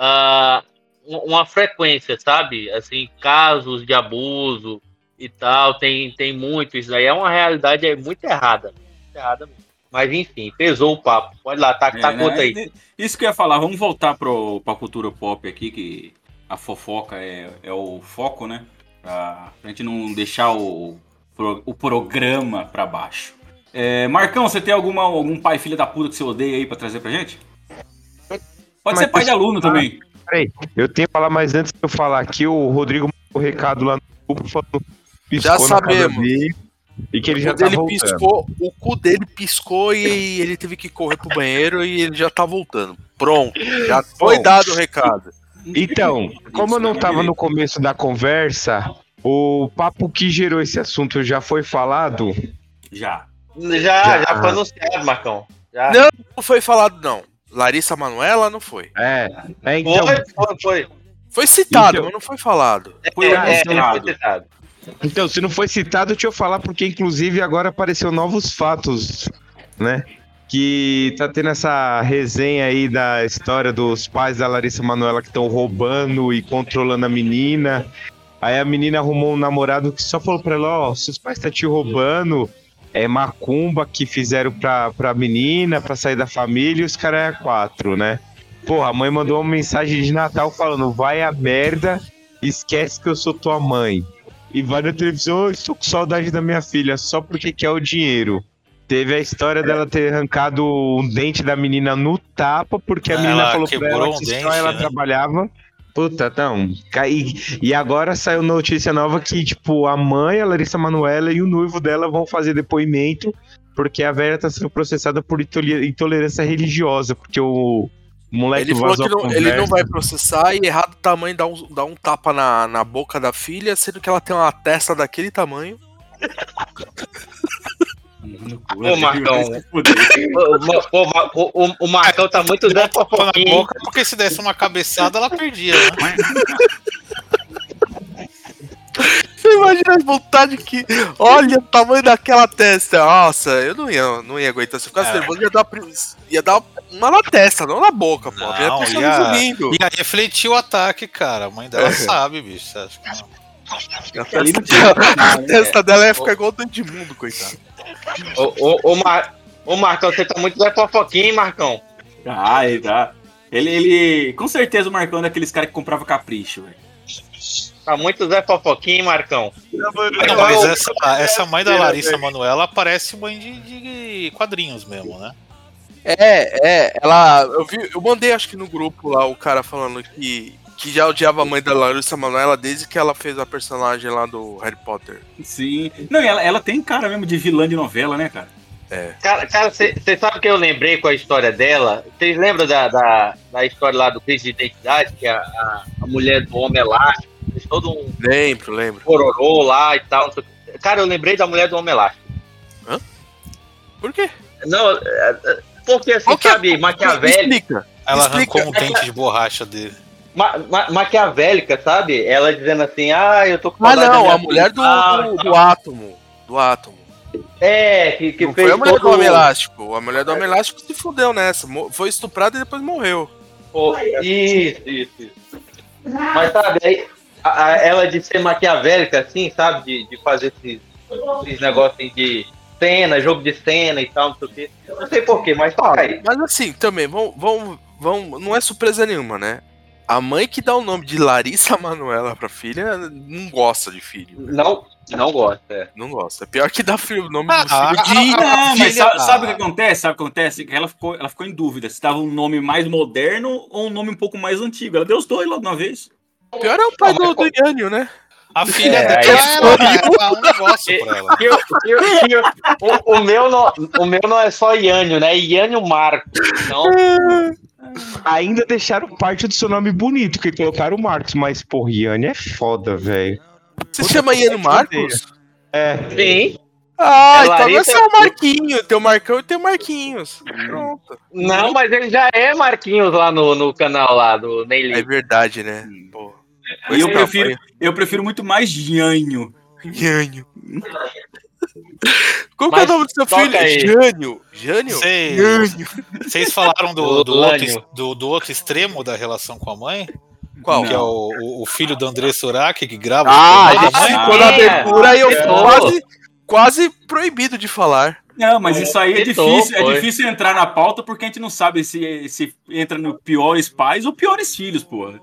[SPEAKER 9] uma frequência, sabe, assim, casos de abuso e tal, tem muito, isso aí é uma realidade muito errada mesmo. Mas enfim, pesou o papo. Pode lá, tá conta aí.
[SPEAKER 10] Isso que eu ia falar, vamos voltar pra cultura pop aqui, que a fofoca é o foco, né? Pra gente não deixar o programa pra baixo. Marcão, você tem algum pai filha da puta que você odeia aí pra trazer pra gente? Pode ser pai de aluno também.
[SPEAKER 11] Peraí, eu tenho que falar, mas antes de eu falar aqui, o Rodrigo mandou o recado lá no grupo falando
[SPEAKER 3] já sabemos.
[SPEAKER 11] E que ele já tá voltando.
[SPEAKER 3] O cu dele piscou e ele teve que correr pro banheiro e ele já tá voltando. Pronto, já foi dado o recado.
[SPEAKER 11] Então, como eu não tava no começo da conversa, o papo que gerou esse assunto já foi falado?
[SPEAKER 9] Já foi anunciado, Marcão. Já.
[SPEAKER 3] Não foi falado, não. Larissa Manoela não foi.
[SPEAKER 11] Então...
[SPEAKER 9] Foi.
[SPEAKER 3] Foi citado, mas não foi falado.
[SPEAKER 9] Foi citado.
[SPEAKER 11] Então, se não foi citado, deixa eu falar, porque inclusive agora apareceu novos fatos, né? Que tá tendo essa resenha aí da história dos pais da Larissa Manoela que estão roubando e controlando a menina. Aí a menina arrumou um namorado que só falou pra ela, seus pais estão te roubando, é macumba que fizeram pra menina, pra sair da família, e os caras é 4, né? Porra, a mãe mandou uma mensagem de Natal falando, vai a merda, esquece que eu sou tua mãe. E vai na televisão, estou com saudade da minha filha, só porque quer o dinheiro. Teve a história dela ter arrancado um dente da menina no tapa, porque a menina falou pra ela que só ela trabalhava. Puta, não. E agora saiu notícia nova que, tipo, a mãe, a Larissa Manoela e o noivo dela vão fazer depoimento, porque a velha tá sendo processada por intolerância religiosa, porque o moleque
[SPEAKER 3] ele falou que ele não vai processar e errado o tamanho dá um tapa na boca da filha, sendo que ela tem uma testa daquele tamanho.
[SPEAKER 9] Ô, Marcão. O Marcão tá muito dando
[SPEAKER 13] na boca, porque se desse uma cabeçada, ela perdia, né?
[SPEAKER 3] Você imagina a vontade que. Olha o tamanho daquela testa. Nossa, eu não ia aguentar. Se eu ficasse nervoso, ia dar uma na testa, não na boca, pô.
[SPEAKER 13] Não, ia refletir o ataque, cara. A mãe dela sabe, bicho. Você acha que não?
[SPEAKER 3] A testa dela ia ficar igual o Dandimundo, coitado.
[SPEAKER 9] Ô, Marcão, você tá muito Zé Fofoquinha, hein, Marcão?
[SPEAKER 10] Ah, ele tá. Ele. Com certeza o Marcão é daqueles caras que comprava capricho, velho.
[SPEAKER 9] Tá muito Zé Fofoquinha, hein, Marcão?
[SPEAKER 13] Não, mas essa mãe da Larissa Manoela parece mãe de quadrinhos mesmo, né?
[SPEAKER 3] Ela. Eu mandei, acho que no grupo lá, o cara falando que já odiava a mãe da Larissa Manoela desde que ela fez a personagem lá do Harry Potter.
[SPEAKER 10] Sim. Não, ela tem cara mesmo de vilã de novela, né, cara?
[SPEAKER 9] Cara, você sabe que eu lembrei com a história dela? Vocês lembram da história lá do crise de identidade, que a mulher do Homem Elástico fez todo um...
[SPEAKER 3] Lembro.
[SPEAKER 9] Pororô lá e tal. Cara, eu lembrei da mulher do Homem Elástico.
[SPEAKER 3] Hã? Por quê?
[SPEAKER 9] Não, porque assim, sabe, maquiavélica.
[SPEAKER 13] Ela arrancou um dente de borracha dele.
[SPEAKER 9] Maquiavélica, sabe? Ela dizendo assim, eu tô com
[SPEAKER 3] saudade da minha mulher do Átomo. Do Átomo.
[SPEAKER 9] Que
[SPEAKER 3] não
[SPEAKER 9] fez
[SPEAKER 3] foi a mulher do Homem Elástico. A mulher do Homem Elástico se fudeu nessa. Foi estuprada e depois morreu.
[SPEAKER 9] Isso. Mas sabe, aí ela de ser maquiavélica, assim, sabe? De fazer esses negócios de cena, jogo de cena e tal, não sei o quê. Não sei porquê, mas tá aí.
[SPEAKER 3] Mas assim, também, vamos, não é surpresa nenhuma, né? A mãe que dá o nome de Larissa Manoela pra filha não gosta de filho.
[SPEAKER 9] Não gosta.
[SPEAKER 3] Não gosta. É pior que dar o nome do filho de...
[SPEAKER 10] Mas sabe o que acontece? Que ela ficou em dúvida se dava um nome mais moderno ou um nome um pouco mais antigo. Ela deu os dois logo de uma vez.
[SPEAKER 3] O pior é o pai do Yânio, né?
[SPEAKER 13] A filha dela é um negócio pra ela.
[SPEAKER 9] O meu não é só Yânio, né? É Yânio Marco. Então...
[SPEAKER 11] Ainda deixaram parte do seu nome bonito, que colocaram o Marcos, mas, porra, Yânio é foda, velho.
[SPEAKER 3] Você chama Yânio Marcos?
[SPEAKER 9] Sim.
[SPEAKER 3] Então vai ser o Marquinho. Tem o Marcão e tem o Marquinhos. Pronto.
[SPEAKER 9] Não, mas ele já é Marquinhos lá no canal lá do Neily.
[SPEAKER 3] É verdade, né? Pô.
[SPEAKER 10] Eu prefiro muito mais Jânio.
[SPEAKER 3] Qual que é o nome do seu filho? Jânio?
[SPEAKER 13] Vocês falaram do outro extremo da relação com a mãe?
[SPEAKER 3] Qual?
[SPEAKER 13] Que é o filho do André Surak, que grava
[SPEAKER 3] ele ficou na abertura e eu quase proibido de falar.
[SPEAKER 10] Não, mas isso aí é difícil entrar na pauta porque a gente não sabe se entra no piores pais ou piores filhos, porra.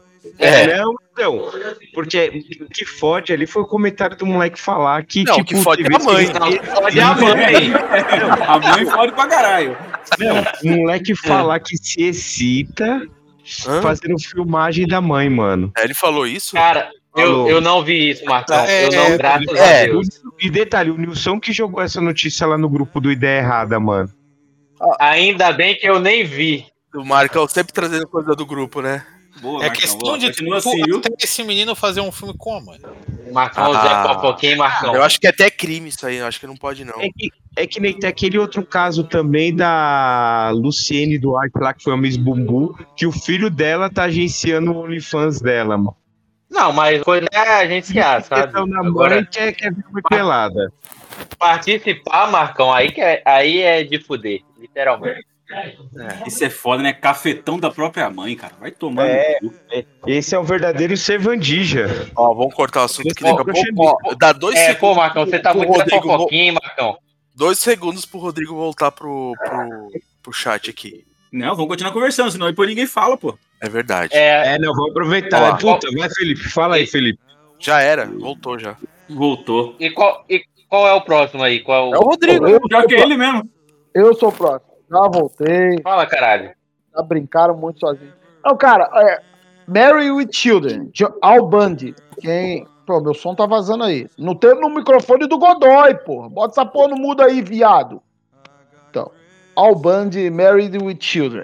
[SPEAKER 11] Não, porque o que fode ali foi o comentário do moleque falar que...
[SPEAKER 3] Não, que fode a mãe.
[SPEAKER 9] Fode a mãe.
[SPEAKER 10] A mãe fode pra caralho.
[SPEAKER 11] Não, o moleque falar que se excita fazendo filmagem da mãe, mano.
[SPEAKER 3] Ele falou isso?
[SPEAKER 9] Cara, eu não vi isso, Marcão. Eu não, graças a Deus.
[SPEAKER 11] E detalhe, o Nilson que jogou essa notícia lá no grupo do Ideia Errada, mano.
[SPEAKER 9] Ainda bem que eu nem vi.
[SPEAKER 3] O Marcão sempre trazendo coisa do grupo, né?
[SPEAKER 10] Boa,
[SPEAKER 13] é questão de até esse menino fazer um filme com a mãe.
[SPEAKER 9] Marcão, Zé Fofoquinha, Marcão.
[SPEAKER 3] Eu acho que é até crime isso aí, eu acho que não pode não.
[SPEAKER 11] É que nem tem aquele outro caso também da Luciene Duarte lá, que foi a Miss Bumbum, que o filho dela tá agenciando o OnlyFans dela, mano.
[SPEAKER 9] Não, mas coisa é agenciar, sabe?
[SPEAKER 11] Então na mãe quer ver uma pelada.
[SPEAKER 9] Participar, Marcão, aí é de fuder, literalmente.
[SPEAKER 10] Isso é foda, né? Cafetão da própria mãe, cara. Vai tomar no cu.
[SPEAKER 11] Esse é o verdadeiro servandija.
[SPEAKER 3] Ó, vamos cortar o assunto que daqui a pouco. Dá 2 segundos.
[SPEAKER 9] Pô, Marcão, você tá muito fofoquinho, Marcão.
[SPEAKER 3] 2 segundos pro Rodrigo voltar pro chat aqui.
[SPEAKER 10] Não, vamos continuar conversando, senão depois ninguém fala, pô.
[SPEAKER 3] É verdade.
[SPEAKER 11] Não, vamos aproveitar. Puta, vai, Felipe. Fala aí, Felipe.
[SPEAKER 3] Já era, voltou já.
[SPEAKER 10] Voltou.
[SPEAKER 9] E qual é o próximo aí?
[SPEAKER 3] É o Rodrigo.
[SPEAKER 10] Já que é ele mesmo.
[SPEAKER 8] Eu sou o próximo. Já voltei.
[SPEAKER 9] Fala, caralho.
[SPEAKER 8] Já brincaram muito sozinho. Não, cara, Married with Children, Al Bundy. Pô, meu som tá vazando aí. Não tem no microfone do Godoy, porra. Bota essa porra no mudo aí, viado. Então, Al Bundy, Married with Children.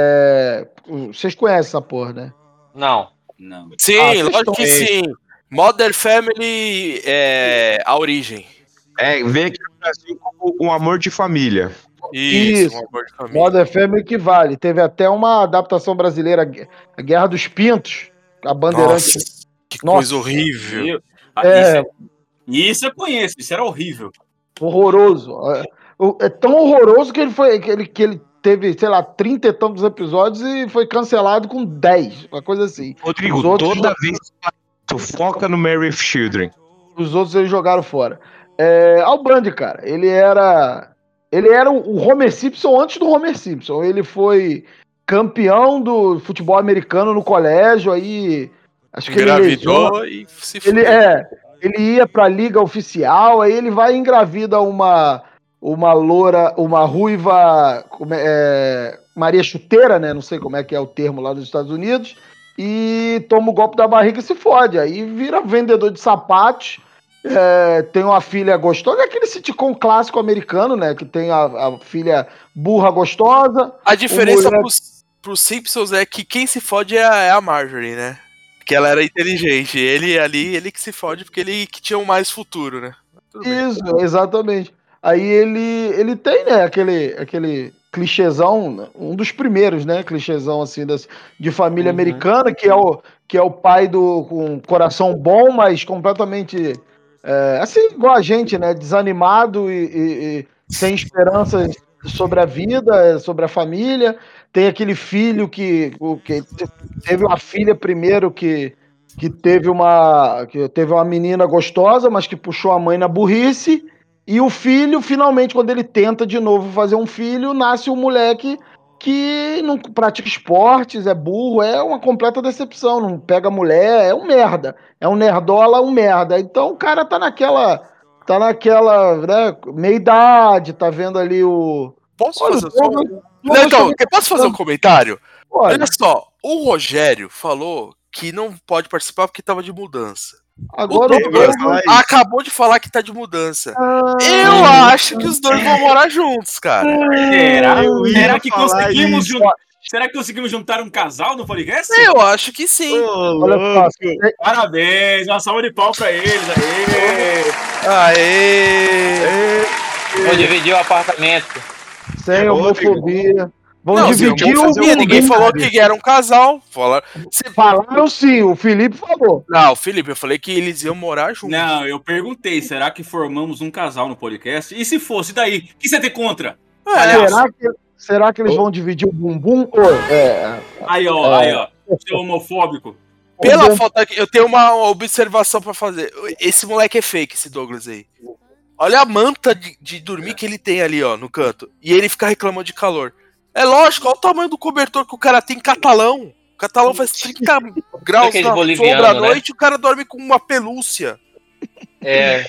[SPEAKER 8] Vocês conhecem essa porra, né?
[SPEAKER 9] Não.
[SPEAKER 3] Sim, lógico que sim. Modern Family a origem.
[SPEAKER 11] Vem aqui no Brasil como um amor de família.
[SPEAKER 8] Isso. Um amor de família. Modern Family que vale. Teve até uma adaptação brasileira, a Guerra dos Pintos. A Bandeirante.
[SPEAKER 3] Nossa, que coisa horrível.
[SPEAKER 10] Isso eu conheço, isso era horrível.
[SPEAKER 8] Horroroso. É tão horroroso que ele teve, sei lá, 30 e tantos episódios e foi cancelado com 10, uma coisa assim.
[SPEAKER 11] Rodrigo, toda vez tu foca no Marry with Children.
[SPEAKER 8] Os outros eles jogaram fora. Al Bundy, cara, ele era o Homer Simpson antes do Homer Simpson. Ele foi campeão do futebol americano no colégio, aí acho que
[SPEAKER 3] engravidou e se fudeu.
[SPEAKER 8] Ele ia pra liga oficial, aí ele vai e engravida uma loura, uma ruiva, Maria Chuteira, né? Não sei como é que é o termo lá nos Estados Unidos, e toma o golpe da barriga e se fode. Aí vira vendedor de sapatos, tem uma filha gostosa, aquele sitcom clássico americano, né? Que tem a filha burra gostosa.
[SPEAKER 3] A diferença pros Simpsons é que quem se fode é a Marjorie, né? Que ela era inteligente. Ele que se fode porque ele que tinha um mais futuro, né?
[SPEAKER 8] Isso, exatamente. Aí ele tem, né, aquele clichêzão, né, um dos primeiros, né, clichêzão assim de família americana, que é o pai com coração bom, mas completamente assim, igual a gente, né, desanimado e sem esperanças sobre a vida, sobre a família. Tem aquele filho que teve uma filha primeiro que teve uma menina gostosa, mas que puxou a mãe na burrice. E o filho, finalmente, quando ele tenta de novo fazer um filho, nasce um moleque que não pratica esportes, é burro, é uma completa decepção, não pega mulher, é um merda. É um nerdola, um merda. Então o cara tá naquela, né, meia-idade, tá vendo ali o...
[SPEAKER 3] Posso fazer um comentário? Olha só, o Rogério falou que não pode participar porque tava de mudança.
[SPEAKER 8] Agora
[SPEAKER 3] o Douglas acabou de falar que tá de mudança. Eu acho que os dois vão morar juntos, cara.
[SPEAKER 10] Será que conseguimos juntar um casal no podcast?
[SPEAKER 3] Eu acho que sim.
[SPEAKER 10] Parabéns, uma salva de pau pra eles.
[SPEAKER 9] Aê! Vou dividir o apartamento.
[SPEAKER 8] Sem homofobia. Vamos dividir
[SPEAKER 3] ninguém falou que era um casal.
[SPEAKER 8] Falaram sim, o Felipe falou.
[SPEAKER 3] Não, Felipe, eu falei que eles iam morar juntos.
[SPEAKER 10] Não, eu perguntei, será que formamos um casal no podcast? E se fosse, daí? O que você tem contra?
[SPEAKER 8] Será que eles vão dividir o bumbum?
[SPEAKER 10] Aí, ó, seu homofóbico.
[SPEAKER 3] Pela foto aqui, eu tenho uma observação pra fazer. Esse moleque é fake, esse Douglas aí. Olha a manta de dormir que ele tem ali, ó, no canto. E ele fica reclamando de calor. É lógico, olha o tamanho do cobertor que o cara tem em Catalão. O Catalão faz 30 graus na sombra à noite, né? O cara dorme com uma pelúcia.
[SPEAKER 9] É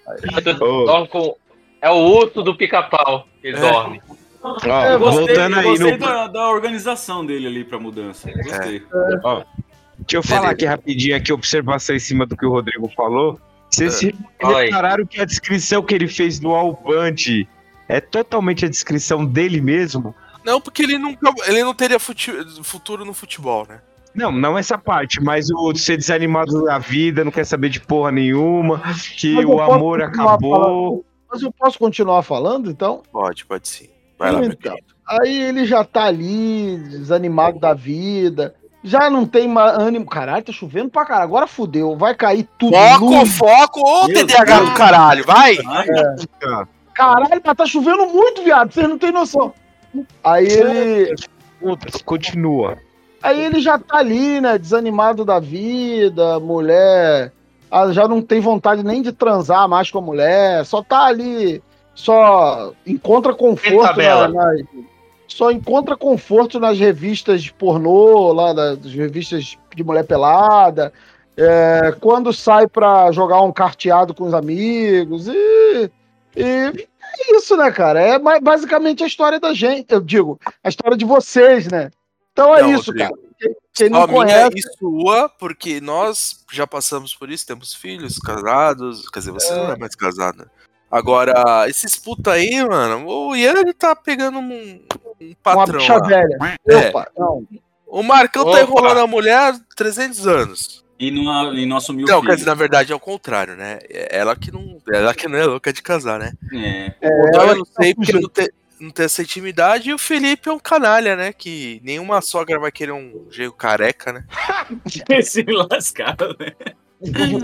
[SPEAKER 9] o urso do pica-pau que ele dorme.
[SPEAKER 10] Gostei da organização dele ali pra mudança. Gostei.
[SPEAKER 11] Deixa eu falar aqui rapidinho, aqui, observação em cima do que o Rodrigo falou. Vocês repararam que a descrição que ele fez no Al Bundy é totalmente a descrição dele mesmo?
[SPEAKER 3] Não, porque ele não teria futuro no futebol, né?
[SPEAKER 11] Não essa parte, mas o ser desanimado da vida, não quer saber de porra nenhuma, que o amor acabou.
[SPEAKER 8] Mas eu posso continuar falando, então?
[SPEAKER 3] Pode sim. Vai lá, meu querido.
[SPEAKER 8] Aí ele já tá ali, desanimado da vida, já não tem ânimo. Caralho, tá chovendo pra caralho, agora fudeu, vai cair tudo.
[SPEAKER 3] Foco, ô TDAH do caralho, vai!
[SPEAKER 8] Caralho, mas tá chovendo muito, viado, vocês não tem noção. Aí ele...
[SPEAKER 11] Continua.
[SPEAKER 8] Aí ele já tá ali, né, desanimado da vida, mulher... já não tem vontade nem de transar mais com a mulher, só tá ali, só encontra conforto só encontra conforto nas revistas de pornô, lá das revistas de mulher pelada, quando sai pra jogar um carteado com os amigos, e é isso, né, cara? É basicamente a história da gente, eu digo, a história de vocês, né? Então é isso, Rodrigo, cara. Quem não conhece...
[SPEAKER 3] Minha e sua, porque nós já passamos por isso, temos filhos, casados, quer dizer, você não é mais casado, né? Agora, esses puta aí, mano, o Ian ele tá pegando um patrão.
[SPEAKER 8] Uma bicha velha. Opa, não.
[SPEAKER 3] O Marcão tá enrolando a mulher há 300 anos.
[SPEAKER 10] E não assumiu o
[SPEAKER 3] filho.
[SPEAKER 10] Não,
[SPEAKER 3] quer dizer, na verdade é o contrário, né? Ela que não é louca de casar, né? Eu não sei porque não tem essa intimidade, e o Felipe é um canalha, né? Que nenhuma sogra vai querer um jeito careca, né?
[SPEAKER 10] Se lascado, né?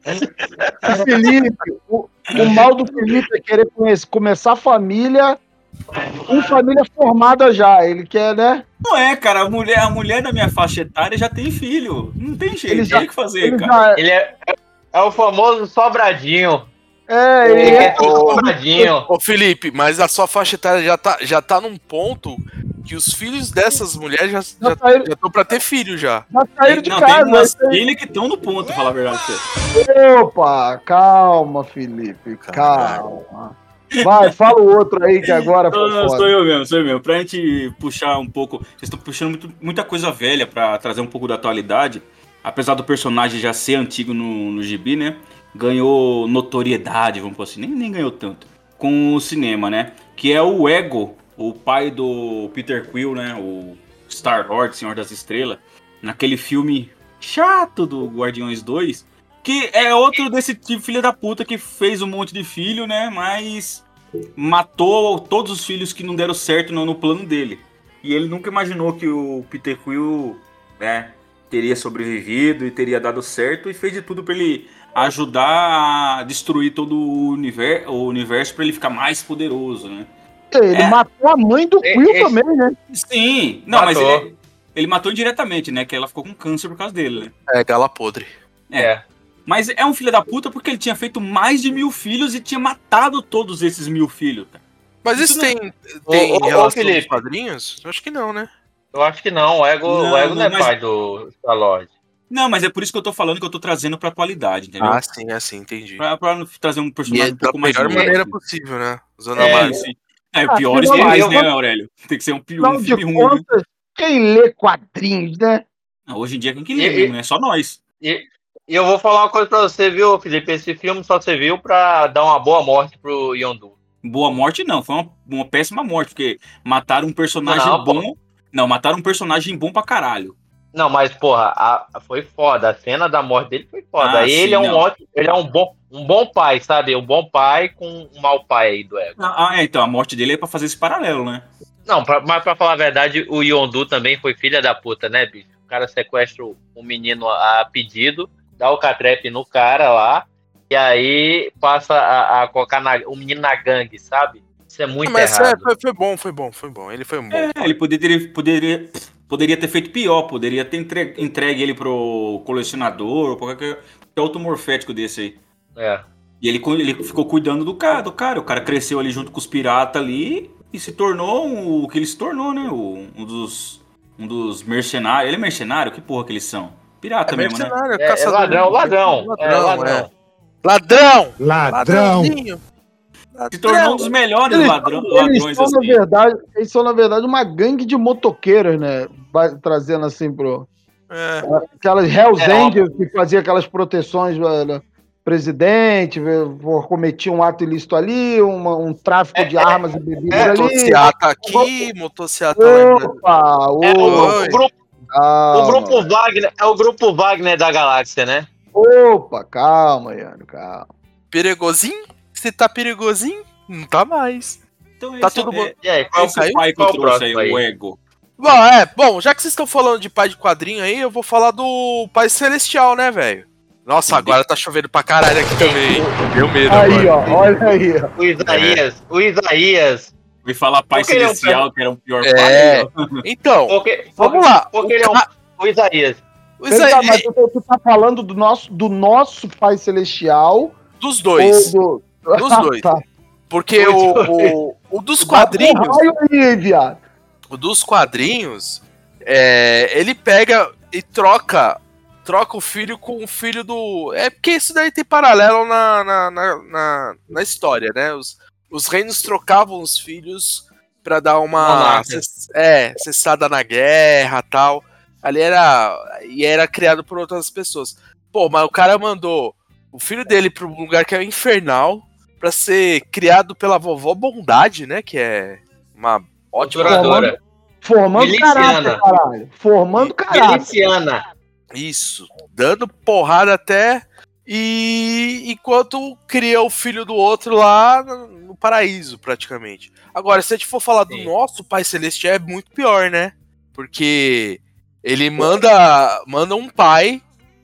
[SPEAKER 8] Felipe, o mal do Felipe é querer começar a família com família formada já. Ele quer, né?
[SPEAKER 10] Não é, cara. A mulher da minha faixa etária já tem filho. Não tem jeito, tem o que fazer, cara.
[SPEAKER 9] Ele é o famoso sobradinho.
[SPEAKER 8] Ele
[SPEAKER 9] é sobradinho.
[SPEAKER 3] Ô, Felipe, mas a sua faixa etária já tá num ponto que os filhos dessas mulheres já estão pra ter filho já.
[SPEAKER 8] Já saíram de casa.
[SPEAKER 10] Tem umas filhas que estão no ponto, falar a verdade pra
[SPEAKER 8] você. Opa, calma, Felipe, calma. Vai, fala o outro aí que agora foi foda.
[SPEAKER 10] Sou eu mesmo. Pra gente puxar um pouco... Vocês estão puxando muita coisa velha pra trazer um pouco da atualidade. Apesar do personagem já ser antigo no gibi, né? Ganhou notoriedade, vamos por assim. Nem ganhou tanto. Com o cinema, né? Que é o Ego, o pai do Peter Quill, né? O Star-Lord, Senhor das Estrelas. Naquele filme chato do Guardiões 2. Que é outro desse tipo filho da puta que fez um monte de filho, né? Mas matou todos os filhos que não deram certo no plano dele. E ele nunca imaginou que o Peter Quill, né, teria sobrevivido e teria dado certo. E fez de tudo pra ele ajudar a destruir todo o universo pra ele ficar mais poderoso, né?
[SPEAKER 8] Ele matou a mãe do Quill também, né?
[SPEAKER 10] Sim. Não, matou. Mas ele matou indiretamente, né? Que ela ficou com câncer por causa dele, né?
[SPEAKER 3] Gala podre.
[SPEAKER 10] Mas é um filho da puta porque ele tinha feito mais de 1000 filhos e tinha matado todos esses 1000 filhos, cara.
[SPEAKER 3] Mas isso tem relação com os quadrinhos? Eu acho que não, né?
[SPEAKER 9] Eu acho que não. O Ego não é pai do Star-Lord.
[SPEAKER 10] Não, mas é por isso que eu tô falando que eu tô trazendo pra atualidade, entendeu?
[SPEAKER 3] Sim, entendi.
[SPEAKER 10] Pra trazer um personagem um pouco mais...
[SPEAKER 3] Da melhor maneira possível, né? Usando a marca.
[SPEAKER 10] O pior é mais, né, Aurélio? Tem que ser um filme ruim.
[SPEAKER 8] Quem lê quadrinhos, né?
[SPEAKER 10] Hoje em dia quem que lê mesmo, né? Só nós.
[SPEAKER 9] E eu vou falar uma coisa pra você, viu, Felipe? Esse filme só serviu pra dar uma boa morte pro Yondu.
[SPEAKER 10] Boa morte não, foi uma péssima morte, porque mataram um personagem bom. Não, mataram um personagem bom pra caralho.
[SPEAKER 9] Não, mas, porra, foi foda. A cena da morte dele foi foda. Ele é um bom pai, sabe? Um bom pai com um mau pai aí do Ego.
[SPEAKER 10] Então, a morte dele é pra fazer esse paralelo, né?
[SPEAKER 9] Não, mas pra falar a verdade, o Yondu também foi filha da puta, né, bicho? O cara sequestra um menino a pedido, dá o catrep no cara lá, e aí passa a colocar o menino na gangue, sabe? Isso é muito errado.
[SPEAKER 3] Foi bom. Ele foi bom.
[SPEAKER 10] Ele poderia ter feito pior, poderia ter entregue ele pro colecionador, ou qualquer outro morfético desse aí. E ele ficou cuidando do cara. O cara cresceu ali junto com os piratas ali e se tornou o que ele se tornou, né? Um dos mercenários. Ele é mercenário? Que porra que eles são? Pirata mesmo, né?
[SPEAKER 9] Ladrão.
[SPEAKER 10] Se tornou um dos melhores ladrões.
[SPEAKER 8] Eles são, na verdade, uma gangue de motoqueiros, né? Trazendo assim pro... Aquelas Hells Angels que faziam aquelas proteções do presidente, cometia um ato ilícito ali, um tráfico de armas e bebidas ali.
[SPEAKER 3] Motociata aqui, motociata
[SPEAKER 8] lá.
[SPEAKER 9] O grupo Wagner é o grupo Wagner da galáxia, né?
[SPEAKER 8] Opa, calma, Iano, calma.
[SPEAKER 3] Perigosinho? Você tá perigosinho? Não tá mais.
[SPEAKER 10] Então
[SPEAKER 3] tá tudo bom.
[SPEAKER 10] Esse pai que eu trouxe aí, o Ego.
[SPEAKER 3] Bom, já que vocês estão falando de pai de quadrinho aí, eu vou falar do Pai Celestial, né, velho? Nossa, agora tá chovendo pra caralho aqui também, hein? Deu medo
[SPEAKER 8] aí,
[SPEAKER 3] agora.
[SPEAKER 8] Olha aí, ó.
[SPEAKER 9] O Isaías.
[SPEAKER 10] Fui falar Pai Celestial, que era um pior pai.
[SPEAKER 3] Então, vamos lá.
[SPEAKER 9] Porque ele é o Isaías.
[SPEAKER 8] Mas tu tá falando do nosso Pai Celestial?
[SPEAKER 3] Dos dois. Dos dois. Tá. Porque o dos quadrinhos... O dos quadrinhos, ele pega e troca o filho com o filho do... porque isso daí tem paralelo na história, né? Os reinos trocavam os filhos pra dar uma cessada na guerra e tal. Ali era criado por outras pessoas. Pô, mas o cara mandou o filho dele pra um lugar que é infernal pra ser criado pela vovó Bondade, né? Que é uma ótima...
[SPEAKER 8] Formando caráter, caralho. Formando caráter.
[SPEAKER 9] Miliciana.
[SPEAKER 3] Isso. Dando porrada até... E enquanto cria o filho do outro lá no paraíso, praticamente. Agora, se a gente for falar do nosso Pai Celestial, é muito pior, né? Porque ele manda um pai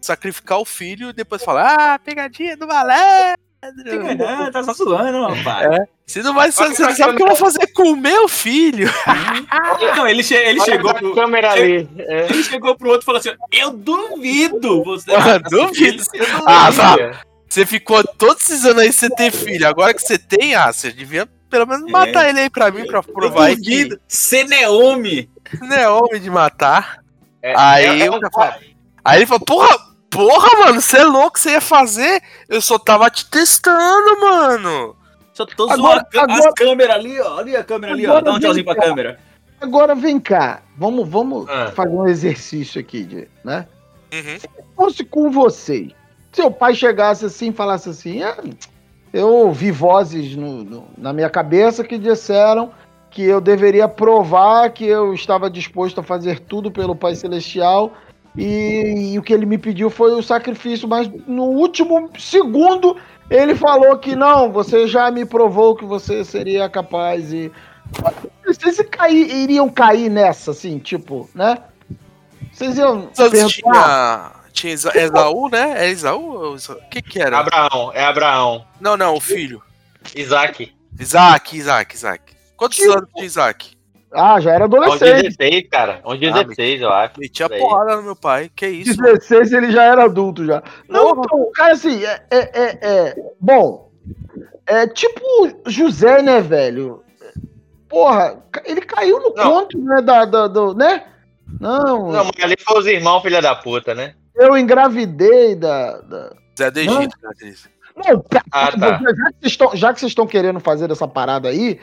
[SPEAKER 3] sacrificar o filho e depois falar, pegadinha do malandro.
[SPEAKER 10] Tá só zoando, rapaz.
[SPEAKER 3] Você não sabe o que eu vou fazer com o meu filho.
[SPEAKER 10] Não, ele chegou pro...
[SPEAKER 9] câmera ali.
[SPEAKER 10] Ele chegou pro outro e falou assim, eu duvido você...
[SPEAKER 3] Duvido. Você ficou todos esses anos aí sem ter filho. Agora que você tem, você devia pelo menos matar ele aí pra mim, pra provar aí que...
[SPEAKER 10] Você não é homem.
[SPEAKER 3] Não é homem de matar. Aí ele falou, porra, mano, você é louco, você ia fazer? Eu só tava te testando, mano.
[SPEAKER 10] Só tô zoando as câmeras ali, ó. Ali a câmera ali, ó. Dá um tchauzinho pra câmera.
[SPEAKER 8] Agora vem cá. Vamos fazer um exercício aqui, né? Se fosse com você, seu pai chegasse assim e falasse assim, eu ouvi vozes na minha cabeça que disseram que eu deveria provar que eu estava disposto a fazer tudo pelo Pai Celestial e o que ele me pediu foi o sacrifício, mas no último segundo ele falou que não, você já me provou que você seria capaz e... Vocês iriam cair nessa, assim, tipo, né? Vocês iam
[SPEAKER 3] Tinha Esaú, né? É Esaú? O que era?
[SPEAKER 9] Abraão.
[SPEAKER 3] Não, o filho.
[SPEAKER 9] Isaac.
[SPEAKER 3] Quantos anos tinha Isaac?
[SPEAKER 8] Já era adolescente.
[SPEAKER 9] 16, cara. 16, eu acho.
[SPEAKER 3] Metia porrada no meu pai. Que isso?
[SPEAKER 8] 16 ele já era adulto já. Não, então, cara, assim, bom, é tipo José, né, velho? Porra, ele caiu no conto, né, né? Não,
[SPEAKER 9] mas ali foi os irmãos, filha da puta, né?
[SPEAKER 8] Eu engravidei da...
[SPEAKER 3] Zé do Egito,
[SPEAKER 8] não, tá. Já que vocês estão querendo fazer essa parada aí,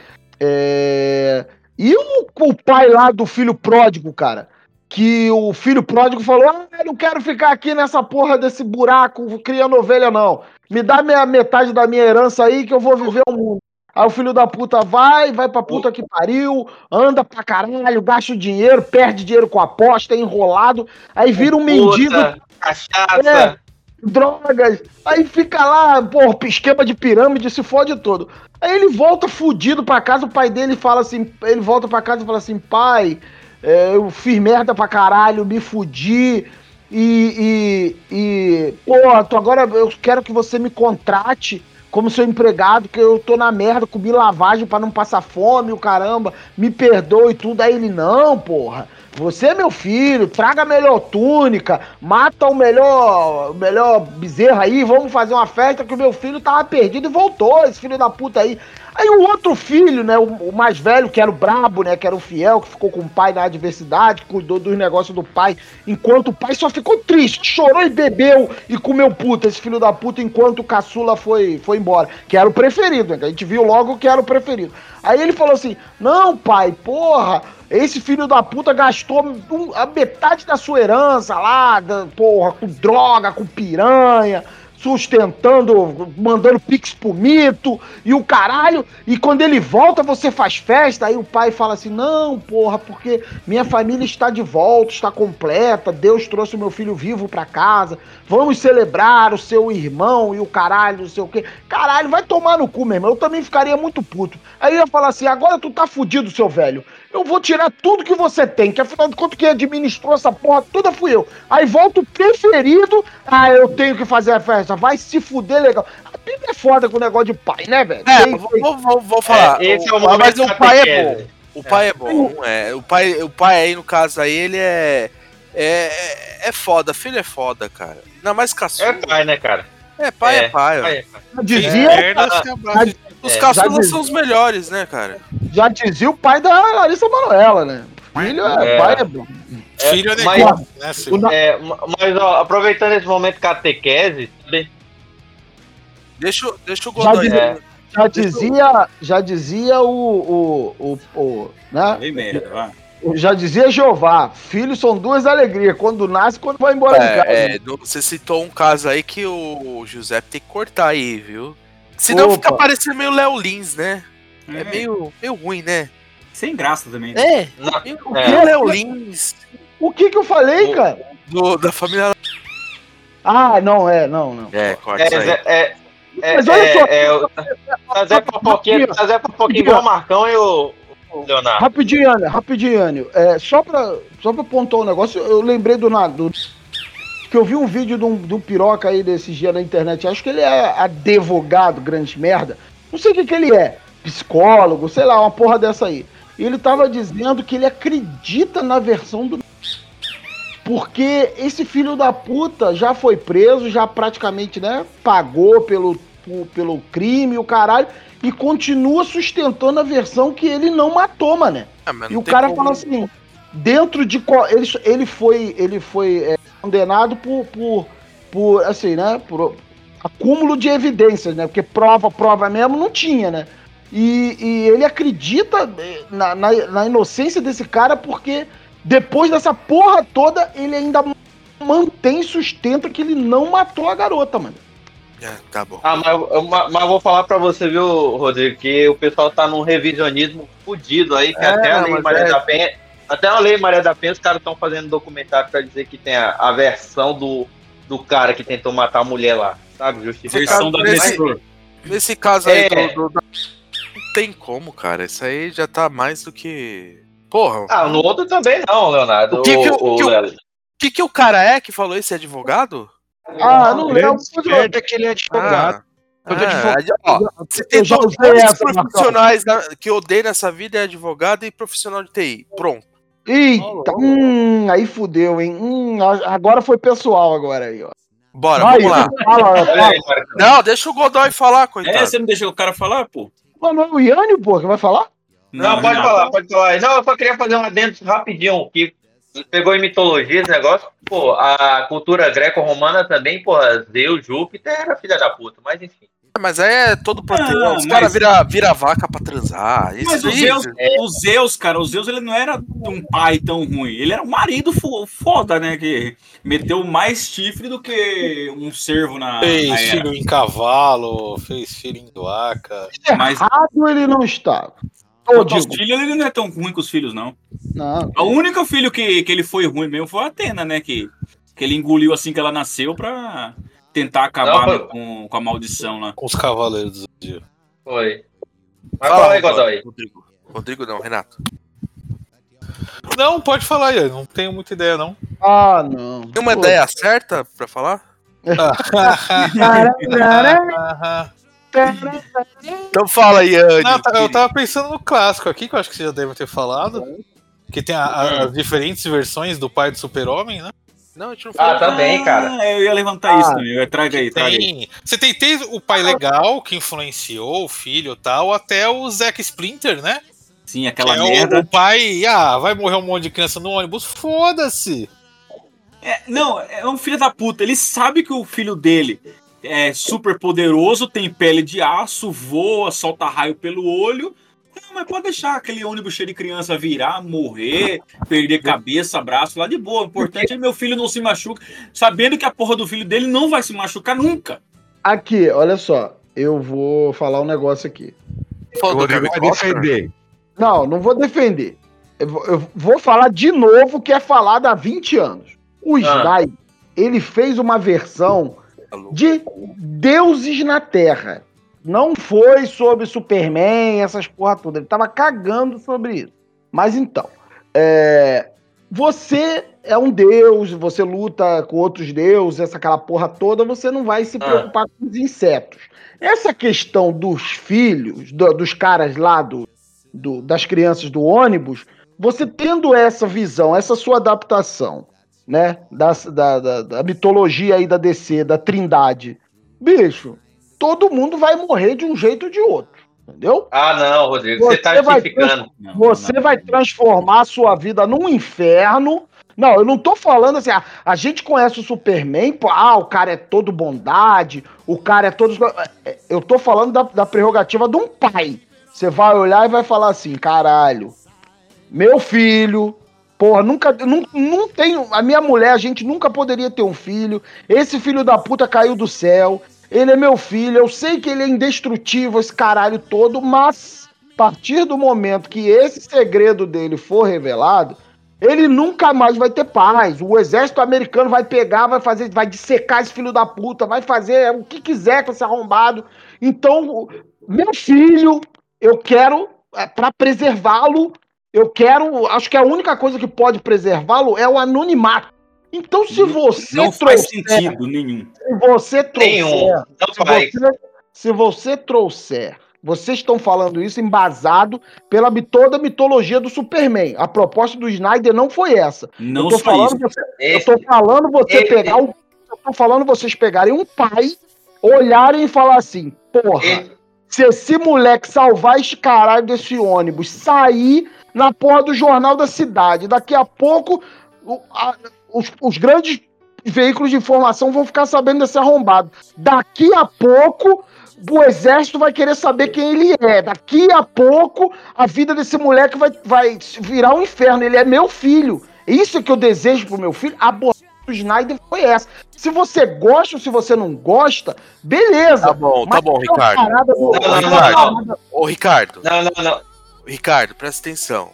[SPEAKER 8] e o pai lá do filho pródigo, cara? Que o filho pródigo falou, eu não quero ficar aqui nessa porra desse buraco criando ovelha, não. Me dá metade da minha herança aí que eu vou viver o mundo. Aí o filho da puta vai pra puta que pariu, anda pra caralho, gasta o dinheiro, perde dinheiro com aposta, é enrolado, aí vira um mendigo.
[SPEAKER 9] Cachaça.
[SPEAKER 8] Drogas. Aí fica lá, porra, esquema de pirâmide, se fode todo. Aí ele volta fudido pra casa, o pai dele fala assim, ele volta pra casa e fala assim, pai, eu fiz merda pra caralho, me fudi, porra, agora eu quero que você me contrate como seu empregado, que eu tô na merda, comi lavagem pra não passar fome, o caramba, me perdoe e tudo. Aí ele, não, porra, você é meu filho, traga a melhor túnica, mata o melhor bezerro aí, vamos fazer uma festa que o meu filho tava perdido e voltou, esse filho da puta aí. Aí o outro filho, né, o mais velho, que era o brabo, né, que era o fiel, que ficou com o pai na adversidade, cuidou dos negócios do pai, enquanto o pai só ficou triste, chorou e bebeu e comeu puta, esse filho da puta, enquanto o caçula foi embora, que era o preferido, né, que a gente viu logo que era o preferido. Aí ele falou assim, não pai, porra, esse filho da puta gastou a metade da sua herança lá, porra, com droga, com piranha, sustentando, mandando pix pro mito e o caralho, e quando ele volta você faz festa, aí o pai fala assim, não, porra, porque minha família está de volta, está completa, Deus trouxe o meu filho vivo pra casa, vamos celebrar o seu irmão e o caralho, não sei o quê. Caralho, vai tomar no cu, meu irmão, eu também ficaria muito puto. Aí eu ia falar assim, agora tu tá fudido, seu velho, eu vou tirar tudo que você tem, que afinal de contas quem administrou essa porra toda fui eu. Aí volta o preferido, eu tenho que fazer a festa, vai se fuder legal. A Bíblia é foda com o negócio de pai, né, velho?
[SPEAKER 3] Vou falar.
[SPEAKER 9] Esse
[SPEAKER 3] mas o pai é bom. O pai é bom, O pai aí, no caso aí, ele é foda, filho é foda, cara. Não, mas caçula.
[SPEAKER 9] É pai, né, cara?
[SPEAKER 3] Pai é pai. Os caçulas são os melhores, né, cara?
[SPEAKER 8] Já dizia o pai da Larissa Manoela, né? Filho pai é bom.
[SPEAKER 3] Filho é negócio, né?
[SPEAKER 9] Mas, ó, aproveitando esse momento catequese...
[SPEAKER 3] Deixa o Godoy...
[SPEAKER 8] Já dizia o né? Já dizia Jeová, filhos são duas alegrias, quando nasce e quando vai embora de casa.
[SPEAKER 3] Você citou um caso aí que o José tem que cortar aí, viu? Senão fica parecendo meio Léo Lins, né? É meio ruim, né?
[SPEAKER 10] Sem graça também. Né?
[SPEAKER 3] O que Léo Lins?
[SPEAKER 8] O que eu falei, cara?
[SPEAKER 3] Da família...
[SPEAKER 8] não.
[SPEAKER 3] Corta isso aí.
[SPEAKER 8] Mas olha só...
[SPEAKER 9] Fazer pouquinho igual o Marcão e o Leonardo.
[SPEAKER 8] Rapidinho, Anny. Só pra pontuar um negócio, eu lembrei do que eu vi um vídeo de um piroca aí desses dias na internet, acho que ele é advogado, grande merda, não sei o que ele é, psicólogo, sei lá, uma porra dessa aí. E ele tava dizendo que ele acredita na versão do... Porque esse filho da puta já foi preso, já praticamente, né, pagou pelo crime, o caralho, e continua sustentando a versão que ele não matou, mané. E o cara fala assim, dentro de... Ele foi condenado por assim, né, por acúmulo de evidências, né, porque prova mesmo não tinha, né. E ele acredita na inocência desse cara porque depois dessa porra toda ele ainda mantém, sustenta que ele não matou a garota, mano.
[SPEAKER 3] Tá bom.
[SPEAKER 9] Mas vou falar pra você, viu, Rodrigo, que o pessoal tá num revisionismo fudido aí, que até a Lei Maria da Penha, até a Lei Maria da Penha, os caras estão fazendo documentário pra dizer que tem a versão do cara que tentou matar a mulher lá, sabe?
[SPEAKER 10] Versão da
[SPEAKER 3] Nesse caso aí não tem como, cara. Isso aí já tá mais do que... Porra.
[SPEAKER 9] No outro também não, Leonardo.
[SPEAKER 3] O que o cara é que falou esse advogado?
[SPEAKER 8] Não lembro.
[SPEAKER 11] É que ele é advogado.
[SPEAKER 3] Você tem dois profissionais que eu odeio nessa vida, é advogado e profissional de TI. Pronto.
[SPEAKER 8] Eita, aí fudeu, hein? Agora foi pessoal agora aí, ó.
[SPEAKER 3] Bora, vamos lá. Não, deixa o Godoy falar, coitado.
[SPEAKER 10] Você não deixa o cara falar, pô?
[SPEAKER 8] Não é o Yânio, pô, que vai falar?
[SPEAKER 9] Não, pode falar. Não, eu só queria fazer um adendo rapidinho, que pegou em mitologia esse negócio. Pô, a cultura greco-romana também, porra, Zeus, Júpiter era filha da puta, mas enfim.
[SPEAKER 3] Mas aí é todo panteão, os caras vira vaca pra transar.
[SPEAKER 10] Mas o Zeus, cara, ele não era um pai tão ruim. Ele era um marido foda, né? Que meteu mais chifre do que um cervo na
[SPEAKER 13] Fez filho em cavalo, fez filho em vaca.
[SPEAKER 8] Mas errado ele não estava.
[SPEAKER 10] Os filhos, ele não é tão ruim com os filhos, não.
[SPEAKER 8] Não.
[SPEAKER 10] O único filho que ele foi ruim mesmo foi a Atena, né? Que ele engoliu assim que ela nasceu pra tentar acabar com a maldição lá.
[SPEAKER 13] Com os cavaleiros do dia.
[SPEAKER 9] Foi. Mas fala aí, Godoy.
[SPEAKER 3] Rodrigo não, Renato.
[SPEAKER 13] Não, pode falar aí, não tenho muita ideia, não.
[SPEAKER 8] Não.
[SPEAKER 3] Tem uma ideia certa pra falar? Então fala aí, Andy.
[SPEAKER 13] Eu tava pensando no clássico aqui, que eu acho que você já deve ter falado. Que tem as diferentes versões do pai do Super-Homem, né?
[SPEAKER 3] Não, a gente não falou.
[SPEAKER 9] Também, cara.
[SPEAKER 10] Eu ia levantar isso também. Traga aí.
[SPEAKER 13] Você tem o pai legal, que influenciou o filho e tal, até o Zack Splinter, né?
[SPEAKER 10] Sim, aquela merda.
[SPEAKER 13] O pai, vai morrer um monte de criança no ônibus, foda-se.
[SPEAKER 10] É um filho da puta. Ele sabe que o filho dele é super poderoso, tem pele de aço, voa, solta raio pelo olho. Não, mas pode deixar aquele ônibus cheio de criança virar, morrer, perder cabeça, braço lá de boa. O importante é meu filho não se machuque, sabendo que a porra do filho dele não vai se machucar nunca.
[SPEAKER 8] Aqui, olha só, eu vou falar um negócio aqui.
[SPEAKER 11] Vai defender.
[SPEAKER 8] Não vou defender. Eu vou falar de novo que é falado há 20 anos. O Snyder, ele fez uma versão de deuses na Terra. Não foi sobre Superman, essas porra toda. Ele tava cagando sobre isso. Mas então, você é um deus, você luta com outros deuses, aquela porra toda, você não vai se preocupar com os insetos. Essa questão dos filhos, dos caras lá, das crianças do ônibus, você tendo essa visão, essa sua adaptação, né, da mitologia aí da DC, da Trindade, bicho, todo mundo vai morrer de um jeito ou de outro, entendeu?
[SPEAKER 9] Não, Rodrigo, você tá justificando.
[SPEAKER 8] Você vai transformar a sua vida num inferno. Não, eu não tô falando assim, a gente conhece o Superman, o cara é todo bondade, o cara é todo... Eu tô falando da prerrogativa de um pai. Você vai olhar e vai falar assim, caralho, meu filho... Porra, não tenho... A minha mulher, a gente nunca poderia ter um filho. Esse filho da puta caiu do céu. Ele é meu filho. Eu sei que ele é indestrutível, esse caralho todo. Mas, a partir do momento que esse segredo dele for revelado, ele nunca mais vai ter paz. O exército americano vai pegar, vai dissecar esse filho da puta, vai fazer o que quiser com esse arrombado. Então, meu filho, eu quero, pra preservá-lo, acho que a única coisa que pode preservá-lo é o anonimato. Então, se você
[SPEAKER 10] não faz sentido nenhum.
[SPEAKER 8] Se você trouxer, se você trouxer, vocês estão falando isso embasado pela toda a mitologia do Superman. A proposta do Snyder não foi essa.
[SPEAKER 10] Não
[SPEAKER 8] eu tô falando vocês pegarem um pai, olharem e falar assim, porra, se esse moleque salvar esse caralho desse ônibus, sair na porra do jornal da cidade, daqui a pouco os grandes veículos de informação vão ficar sabendo desse arrombado. Daqui a pouco o exército vai querer saber quem ele é. Daqui a pouco a vida desse moleque vai virar um inferno. Ele é meu filho. Isso é que eu desejo pro meu filho. A bosta do Snyder foi essa. Se você gosta ou se você não gosta, beleza.
[SPEAKER 3] Tá bom, Ricardo. Ô, Ricardo.
[SPEAKER 9] Não.
[SPEAKER 3] Ricardo, presta atenção.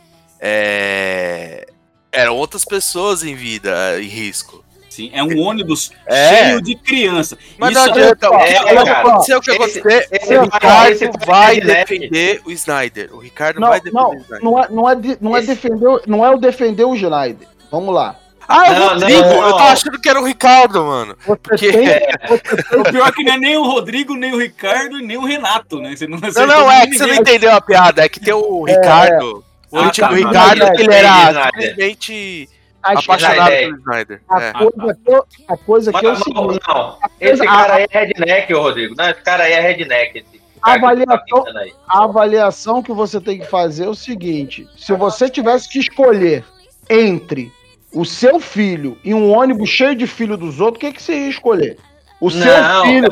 [SPEAKER 3] Eram outras pessoas em vida, em risco.
[SPEAKER 10] Sim, é um ônibus cheio de criança.
[SPEAKER 3] Mas não adianta. Aconteceu o que acontecer, o Ricardo vai defender o Snyder. O Ricardo vai defender o Snyder.
[SPEAKER 8] Não é o defender o Snyder. Vamos lá.
[SPEAKER 3] Rodrigo, eu tô achando que era o Ricardo, mano.
[SPEAKER 10] O pior é que não é nem o Rodrigo, nem o Ricardo e nem o Renato, né? Você não
[SPEAKER 3] é que você não entendeu a piada. É que tem o Ricardo. O Ricardo, que ele era simplesmente apaixonado pelo Snyder.
[SPEAKER 8] A coisa que eu seguro.
[SPEAKER 9] Esse cara aí é redneck, Rodrigo. Não, esse cara aí é redneck.
[SPEAKER 8] A avaliação que você tem que fazer é o seguinte: se você tivesse que escolher entre o seu filho e um ônibus cheio de filho dos outros, o que você ia escolher? O seu filho.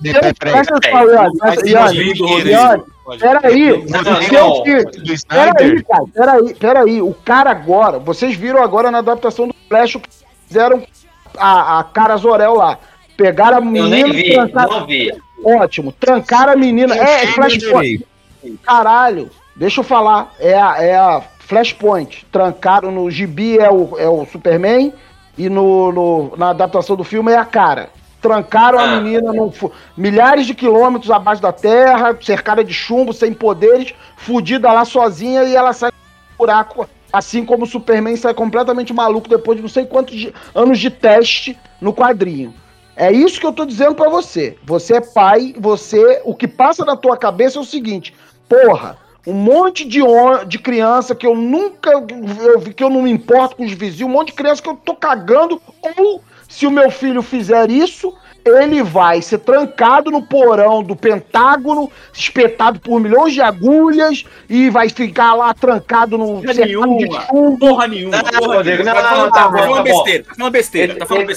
[SPEAKER 8] Peraí. O cara agora, vocês viram agora na adaptação do Flash o que fizeram a cara Zor-El lá. Pegaram a menina.
[SPEAKER 9] Não vi.
[SPEAKER 8] Ótimo. Trancaram a menina. Flashpoint. Caralho. Deixa eu falar. É a Flashpoint. Trancaram no gibi é o Superman e na adaptação do filme é a cara. Trancaram a menina milhares de quilômetros abaixo da terra, cercada de chumbo, sem poderes, fudida lá sozinha, e ela sai do buraco, assim como o Superman sai completamente maluco depois de não sei quantos anos de teste no quadrinho. É isso que eu tô dizendo pra você. Você é pai, o que passa na tua cabeça é o seguinte, porra, um monte de criança que eu não me importo com os vizinhos, um monte de criança que eu tô cagando, ou se o meu filho fizer isso, ele vai ser trancado no porão do Pentágono, espetado por milhões de agulhas, e vai ficar lá trancado no cercado de chumbo.
[SPEAKER 10] Porra nenhuma. Tá falando besteira.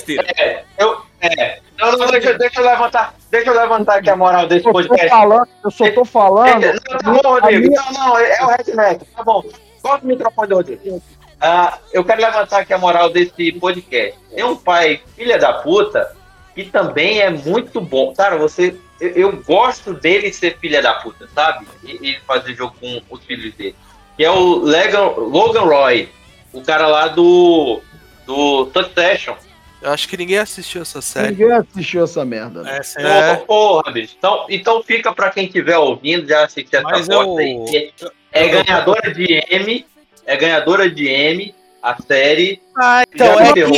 [SPEAKER 9] Deixa eu levantar aqui a moral desse podcast.
[SPEAKER 8] Eu só tô falando.
[SPEAKER 9] Tá bom, Rodrigo. Não, é o Redneck. Tá bom. Corta o microfone do Rodrigo. Eu quero levantar aqui a moral desse podcast. Tem um pai, filha da puta, que também é muito bom. Cara, eu gosto dele ser filha da puta, sabe? Ele fazer jogo com os filhos dele. Que é o Logan Roy, o cara lá do Succession.
[SPEAKER 3] Eu acho que ninguém assistiu essa série.
[SPEAKER 8] Ninguém assistiu essa merda. Né?
[SPEAKER 9] Porra, bicho. Então fica pra quem estiver ouvindo, já assistir essa foto aí. É ganhadora de Emmy. É ganhadora de Emmy, a série.
[SPEAKER 3] Então,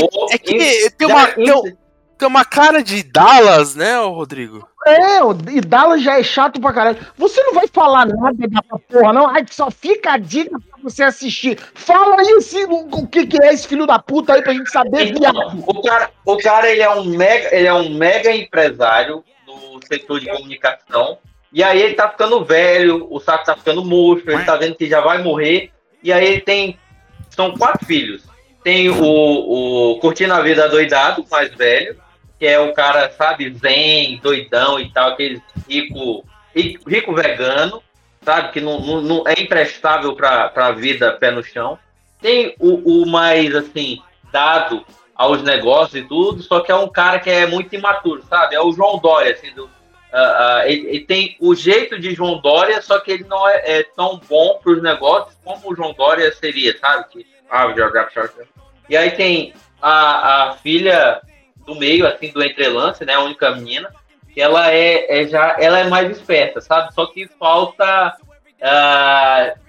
[SPEAKER 3] tem uma cara de Dallas, né, Rodrigo?
[SPEAKER 8] E Dallas já é chato pra caralho. Você não vai falar nada da porra, não? Ai, só fica a dica pra você assistir. Fala aí o que é esse filho da puta aí pra gente saber.
[SPEAKER 9] Então, o cara ele é um mega empresário do setor de comunicação. E aí ele tá ficando velho, o saco tá ficando murcho, ele tá vendo que já vai morrer. E aí ele são 4 filhos. Tem o Curtindo a Vida Doidado, mais velho, que é o cara, sabe, zen, doidão e tal, aquele rico vegano, sabe, que não é imprestável pra vida pé no chão. Tem o mais, assim, dado aos negócios e tudo, só que é um cara que é muito imaturo, sabe? É o João Dória, assim, ele tem o jeito de João Dória, só que ele não é tão bom para os negócios como o João Dória seria, sabe? E aí tem a filha do meio, assim, do entrelance, né? A única menina, que ela ela é mais esperta, sabe? Só que falta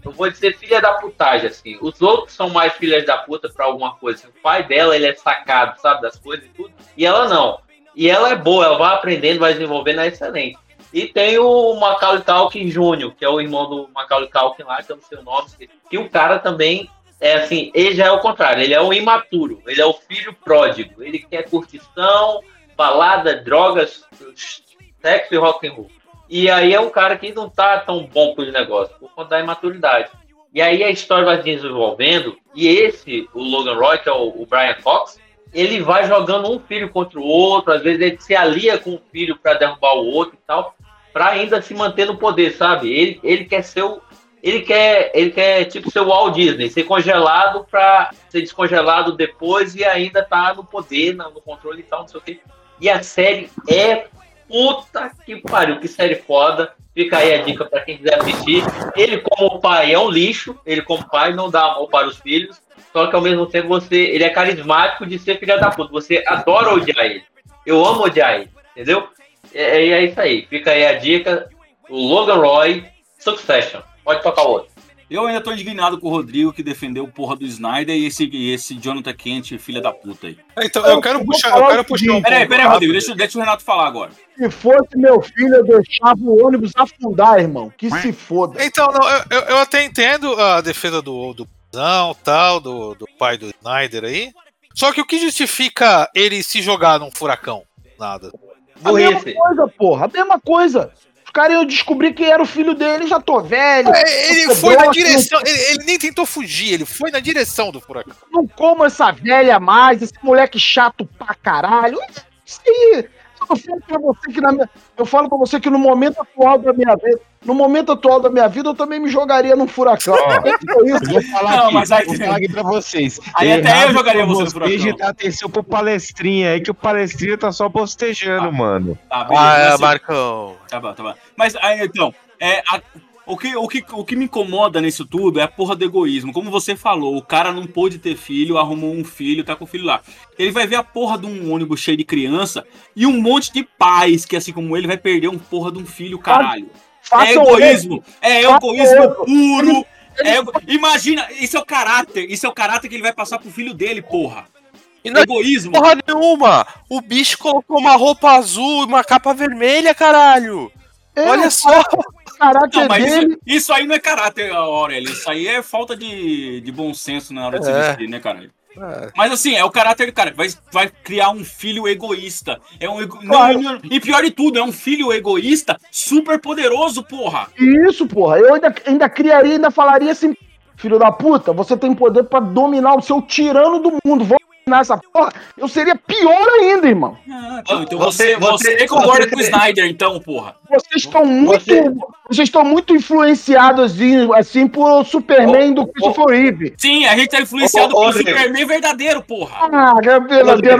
[SPEAKER 9] eu vou dizer filha da putagem, assim. Os outros são mais filhas da puta pra alguma coisa. Assim. O pai dela, ele é sacado, sabe, das coisas e tudo. E ela não. E ela é boa, ela vai aprendendo, vai desenvolvendo, é excelente. E tem o Macaulay Culkin Jr., que é o irmão do Macaulay Culkin lá, que eu não sei o nome. Que o cara também é assim, ele já é o contrário. Ele é um imaturo, ele é o filho pródigo. Ele quer curtição, balada, drogas, sexo e rock and roll. E aí é um cara que não tá tão bom pro negócio, por conta da imaturidade. E aí a história vai se desenvolvendo, e o Logan Roy, que é o Brian Cox, ele vai jogando um filho contra o outro, às vezes ele se alia com o filho para derrubar o outro e tal, para ainda se manter no poder, sabe? Ele quer ser ele quer tipo ser o Walt Disney, ser congelado para ser descongelado depois e ainda tá no poder, no controle e tal, não sei o quê. E a série é puta que pariu, que série foda. Fica aí a dica para quem quiser assistir. Ele como pai é um lixo, ele como pai não dá amor para os filhos, só que ao mesmo tempo ele é carismático de ser filha da puta. Você adora odiar ele. Eu amo odiar ele, entendeu? É isso aí. Fica aí a dica. O Logan Roy, Succession. Pode tocar o outro.
[SPEAKER 10] Eu ainda tô indignado com o Rodrigo que defendeu o porra do Snyder e esse Jonathan Kent, filha da puta aí.
[SPEAKER 13] Então, eu quero puxar um...
[SPEAKER 10] Peraí, Rodrigo, deixa o Renato falar agora.
[SPEAKER 8] Se fosse meu filho, eu deixava o ônibus afundar, irmão. Que se foda.
[SPEAKER 13] Então, não, eu até entendo a defesa do tal, do pai do Snyder aí. Só que o que justifica ele se jogar num furacão? Nada.
[SPEAKER 8] A mesma coisa, porra. A mesma coisa. Os caras iam descobrir quem era o filho dele, já tô velho.
[SPEAKER 13] Ele foi na direção, ele nem tentou fugir, ele foi na direção do furacão.
[SPEAKER 8] Não como essa velha mais, esse moleque chato pra caralho. Isso aí. Eu falo pra você que no momento atual da minha vida, eu também me jogaria num furacão.
[SPEAKER 11] Eu vou falar aqui pra vocês.
[SPEAKER 10] Aí até eu jogaria você no furacão.
[SPEAKER 11] Desde dar atenção pro palestrinha aí, que o palestrinha tá só bostejando, mano.
[SPEAKER 10] Tá, beleza.
[SPEAKER 13] Marcão.
[SPEAKER 10] Tá bom. Mas aí, então, o que me incomoda nisso tudo é a porra do egoísmo. Como você falou, o cara não pôde ter filho, arrumou um filho, tá com o filho lá. Ele vai ver a porra de um ônibus cheio de criança e um monte de pais que, assim como ele, vai perder um porra de um filho, caralho. É egoísmo. É egoísmo puro. Imagina, isso é o caráter que ele vai passar pro filho dele, porra.
[SPEAKER 3] E não
[SPEAKER 10] egoísmo.
[SPEAKER 3] Porra nenhuma. O bicho colocou uma roupa azul e uma capa vermelha, caralho. Olha só.
[SPEAKER 8] Caráter dele.
[SPEAKER 10] Isso aí não é caráter, Aurélio. Isso aí é falta de bom senso na hora de se vestir, né, caralho? Mas assim, é o caráter do cara. Vai criar um filho egoísta. E pior de tudo, é um filho egoísta super poderoso, porra.
[SPEAKER 8] Isso, porra. Eu ainda criaria, ainda falaria assim: filho da puta, você tem poder pra dominar o seu tirano do mundo. Vou dominar essa porra. Eu seria pior ainda, irmão.
[SPEAKER 10] Então você concorda com o Snyder, então, porra.
[SPEAKER 8] Vocês estão muito influenciados assim por Superman do Christopher Reeve.
[SPEAKER 10] Sim, a gente tá influenciado pelo Superman verdadeiro, porra.
[SPEAKER 8] É verdadeiro,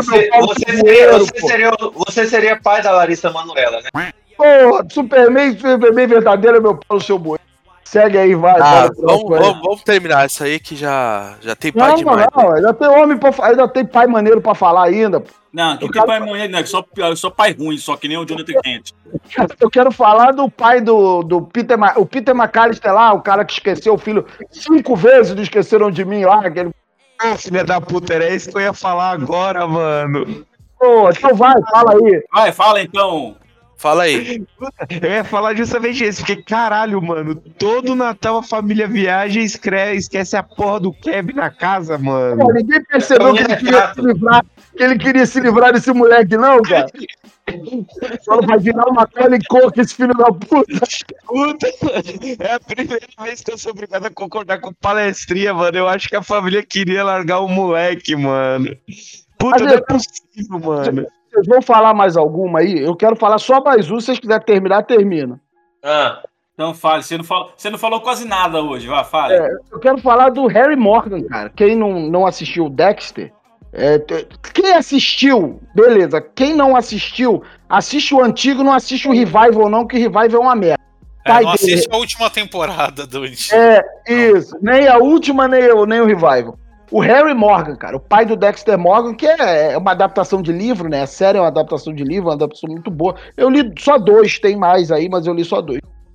[SPEAKER 9] você seria pai da Larissa Manoela, né?
[SPEAKER 8] Porra, Superman verdadeiro é meu pau no seu boi. Segue aí, vai.
[SPEAKER 3] Vamos terminar isso aí que já tem pai demais.
[SPEAKER 8] Não, ainda tem pai maneiro pra falar ainda.
[SPEAKER 10] Não, que tem pai maneiro, não, só pai ruim, só que nem o Jonathan Kent.
[SPEAKER 8] Eu quero falar do pai do Peter, o Peter McAllister lá, o cara que esqueceu o filho 5 vezes, não esqueceram de mim lá. Aquele...
[SPEAKER 11] filha da puta, era isso que eu ia falar agora, mano.
[SPEAKER 8] Pô, então fala aí.
[SPEAKER 10] Fala então.
[SPEAKER 3] Fala aí.
[SPEAKER 11] Eu ia falar justamente isso, porque caralho, mano, todo Natal a família viaja e esquece a porra do Kevin na casa, mano.
[SPEAKER 8] Pô, ninguém percebeu que ele queria se livrar desse moleque, não, cara? Só vai virar uma Macaulay Culkin, esse filho da puta.
[SPEAKER 11] É a primeira vez que eu sou obrigado a concordar com palestrinha, mano. Eu acho que a família queria largar o moleque, mano. Puta, não é possível, mano.
[SPEAKER 8] Vocês vão falar mais alguma aí? Eu quero falar só mais um. Se vocês quiserem terminar, termina.
[SPEAKER 10] Então fale. Você não falou quase nada hoje. Vai, fale.
[SPEAKER 8] Eu quero falar do Harry Morgan, cara. Quem não assistiu Dexter... quem assistiu, beleza. Quem não assistiu, assiste o antigo, não assiste o Revival não, que Revival é uma merda.
[SPEAKER 13] Não assiste a última temporada do antigo.
[SPEAKER 8] Isso. Nem a última, nem o Revival. O Harry Morgan, cara, o pai do Dexter Morgan, que é uma adaptação de livro, né? A série é uma adaptação de livro, uma adaptação muito boa. Eu li só 2, tem mais aí, mas eu li só 2.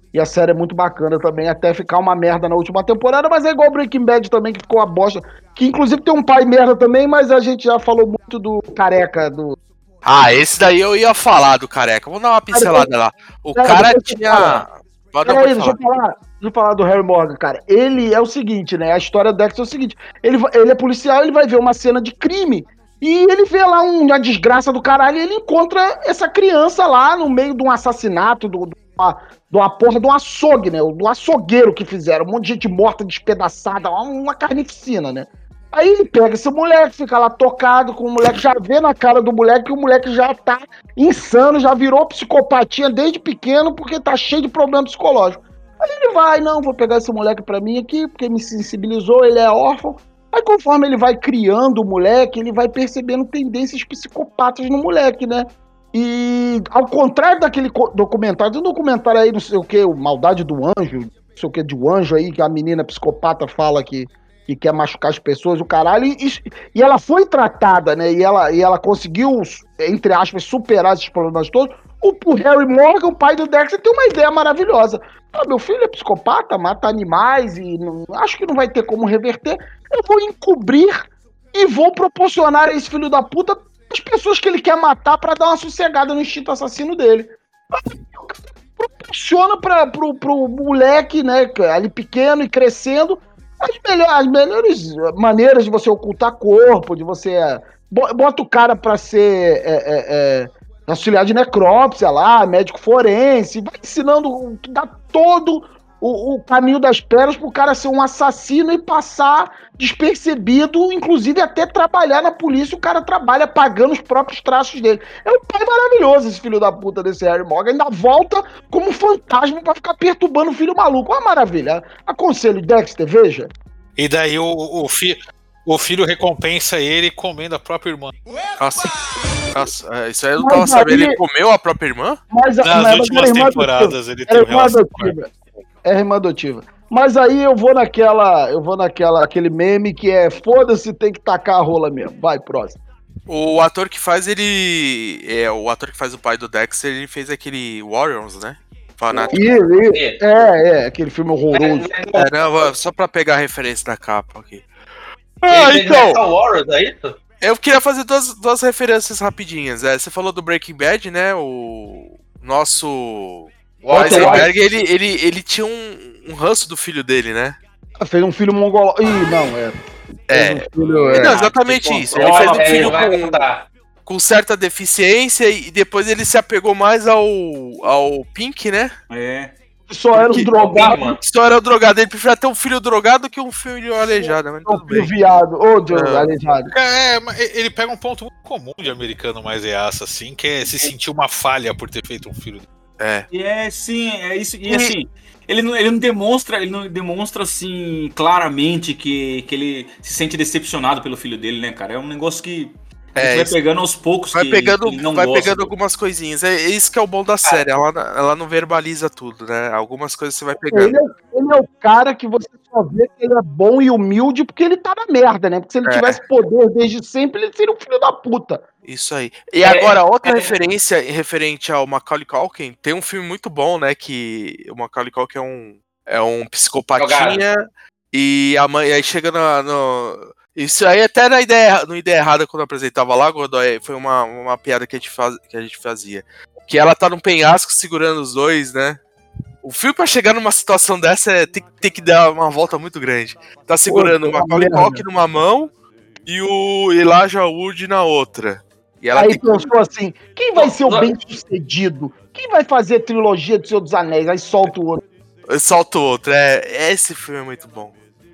[SPEAKER 8] E a série é muito bacana também, até ficar uma merda na última temporada, mas é igual Breaking Bad também, que ficou uma bosta. Que inclusive tem um pai merda também, mas a gente já falou muito do Careca, do...
[SPEAKER 3] Ah, esse daí eu ia falar do Careca. Vamos dar uma pincelada lá. O cara tinha...
[SPEAKER 8] Deixa eu falar do Harry Morgan, cara. Ele é o seguinte, né? A história do Dexter é o seguinte. Ele é policial, ele vai ver uma cena de crime e ele vê lá uma desgraça do caralho e ele encontra essa criança lá no meio de um assassinato, de uma porra de um açougue, né? Do açougueiro que fizeram. Um monte de gente morta, despedaçada, uma carnificina, né? Aí ele pega esse moleque, fica lá tocado com o moleque, já vê na cara do moleque que o moleque já tá insano, já virou psicopatia desde pequeno porque tá cheio de problema psicológico. Aí ele vai, não, vou pegar esse moleque pra mim aqui, porque me sensibilizou, ele é órfão. Aí conforme ele vai criando o moleque, ele vai percebendo tendências psicopatas no moleque, né? E ao contrário daquele documentário, tem um documentário aí, não sei o que, o Maldade do Anjo, não sei o que, de um anjo aí, que a menina psicopata fala que quer machucar as pessoas, o caralho, e ela foi tratada, né, e ela conseguiu, entre aspas, superar esses problemas todos. O Harry Morgan, o pai do Dexter, tem uma ideia maravilhosa. Meu filho é psicopata, mata animais, e acho que não vai ter como reverter, eu vou encobrir e vou proporcionar a esse filho da puta as pessoas que ele quer matar pra dar uma sossegada no instinto assassino dele. Proporciona pro moleque, né, ali pequeno e crescendo, as melhores maneiras de você ocultar corpo, de você... Bota o cara pra ser auxiliar de necrópsia lá, médico forense, vai ensinando, dá todo o caminho das pedras pro cara ser um assassino e passar despercebido, inclusive até trabalhar na polícia, o cara trabalha pagando os próprios traços dele. É um pai maravilhoso esse filho da puta desse Harry Morgan, ainda volta como um fantasma pra ficar perturbando o filho maluco. Uma maravilha. Aconselho, Dexter, veja.
[SPEAKER 13] E daí o filho recompensa ele comendo a própria irmã.
[SPEAKER 3] Nossa, isso aí eu não tava sabendo. Ele comeu a própria irmã?
[SPEAKER 13] Nas últimas temporadas ele tem relação com ela.
[SPEAKER 8] É irmã adotiva. Mas aí eu vou aquele meme que é foda-se, tem que tacar a rola mesmo. Vai, próximo.
[SPEAKER 3] O ator que faz o ator que faz o pai do Dexter, ele fez aquele Warriors, né? Fanático.
[SPEAKER 8] Aquele filme horroroso.
[SPEAKER 3] Não, só pra pegar a referência da capa aqui.
[SPEAKER 9] Então, Warriors, é isso?
[SPEAKER 3] Eu queria fazer duas referências rapidinhas. Você falou do Breaking Bad, né? O nosso Heisenberg, ele tinha um ranço do filho dele, né?
[SPEAKER 8] Fez um filho mongolão.
[SPEAKER 3] Não, exatamente isso. Ele fez um filho com certa deficiência e depois ele se apegou mais ao Pink, né?
[SPEAKER 8] Só era um drogado.
[SPEAKER 3] Só era o drogado. Ele preferia ter um filho drogado que um filho aleijado. Mas tudo bem.
[SPEAKER 8] Viado, aleijado.
[SPEAKER 13] Mas ele pega um ponto muito comum de americano mais reaça, assim, que é se sentir uma falha por ter feito um filho.
[SPEAKER 10] Sim, é isso. E assim, ele não demonstra assim, claramente que ele se sente decepcionado pelo filho dele, né, cara? É um negócio que a gente vai pegando aos poucos.
[SPEAKER 3] Vai pegando algumas coisinhas. É isso que é o bom da série. Ela não verbaliza tudo, né? Algumas coisas você vai pegando.
[SPEAKER 8] Ele é o cara que você só vê que ele é bom e humilde porque ele tá na merda, né? Porque se ele tivesse poder desde sempre, ele seria um filho da puta.
[SPEAKER 3] Isso aí. E agora, outra referência referente ao Macaulay Culkin, tem um filme muito bom, né? Que o Macaulay Culkin é um psicopatinha e a mãe aí chega no... Isso aí até na ideia errada quando eu apresentava lá, Godoy, foi uma piada que a gente fazia. Que ela tá num penhasco segurando os dois, né? O filme pra chegar numa situação dessa tem que dar uma volta muito grande. Tá segurando o Macaulay Culkin numa mão e o Elijah Wood na outra. E ela
[SPEAKER 8] aí pensou assim, quem vai ser o bem-sucedido? Quem vai fazer a trilogia do Senhor dos Anéis? Aí solta o outro.
[SPEAKER 3] Solta o outro, esse filme é muito bom.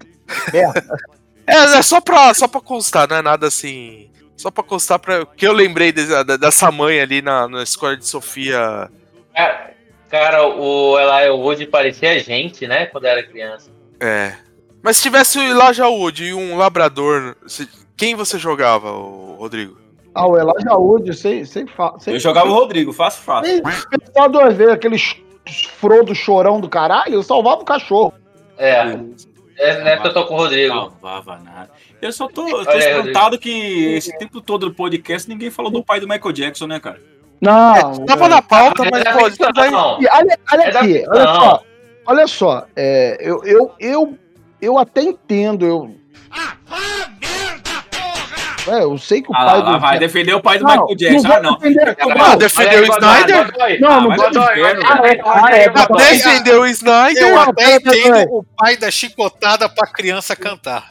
[SPEAKER 3] É só pra constar, não é nada assim. Só pra constar, que eu lembrei dessa mãe ali na escola de Sofia.
[SPEAKER 9] Cara, o Elijah Wood parecia gente, né? Quando era criança.
[SPEAKER 3] Mas se tivesse o Elijah Wood e um labrador, quem você jogava, Rodrigo?
[SPEAKER 8] O Elijah Wood, sem
[SPEAKER 10] eu jogava o Rodrigo, fácil.
[SPEAKER 8] Só 2 vezes, aquele Frodo chorão do caralho, eu salvava o cachorro.
[SPEAKER 9] Nessa eu tô com o Rodrigo.
[SPEAKER 10] Não salvava nada. Eu só tô espantado que esse tempo todo do podcast ninguém falou do pai do Michael Jackson, né, cara?
[SPEAKER 8] Não.
[SPEAKER 3] Tava na pauta, mas pô, isso daí...
[SPEAKER 8] Olha aqui, olha só. Eu até entendo. Eu sei que o pai do...
[SPEAKER 10] vai defender o pai do Michael Jackson.
[SPEAKER 3] Defendeu o Snyder?
[SPEAKER 8] Não vou
[SPEAKER 3] defender o Snyder.
[SPEAKER 13] Eu até entendo o pai da chicotada pra criança cantar.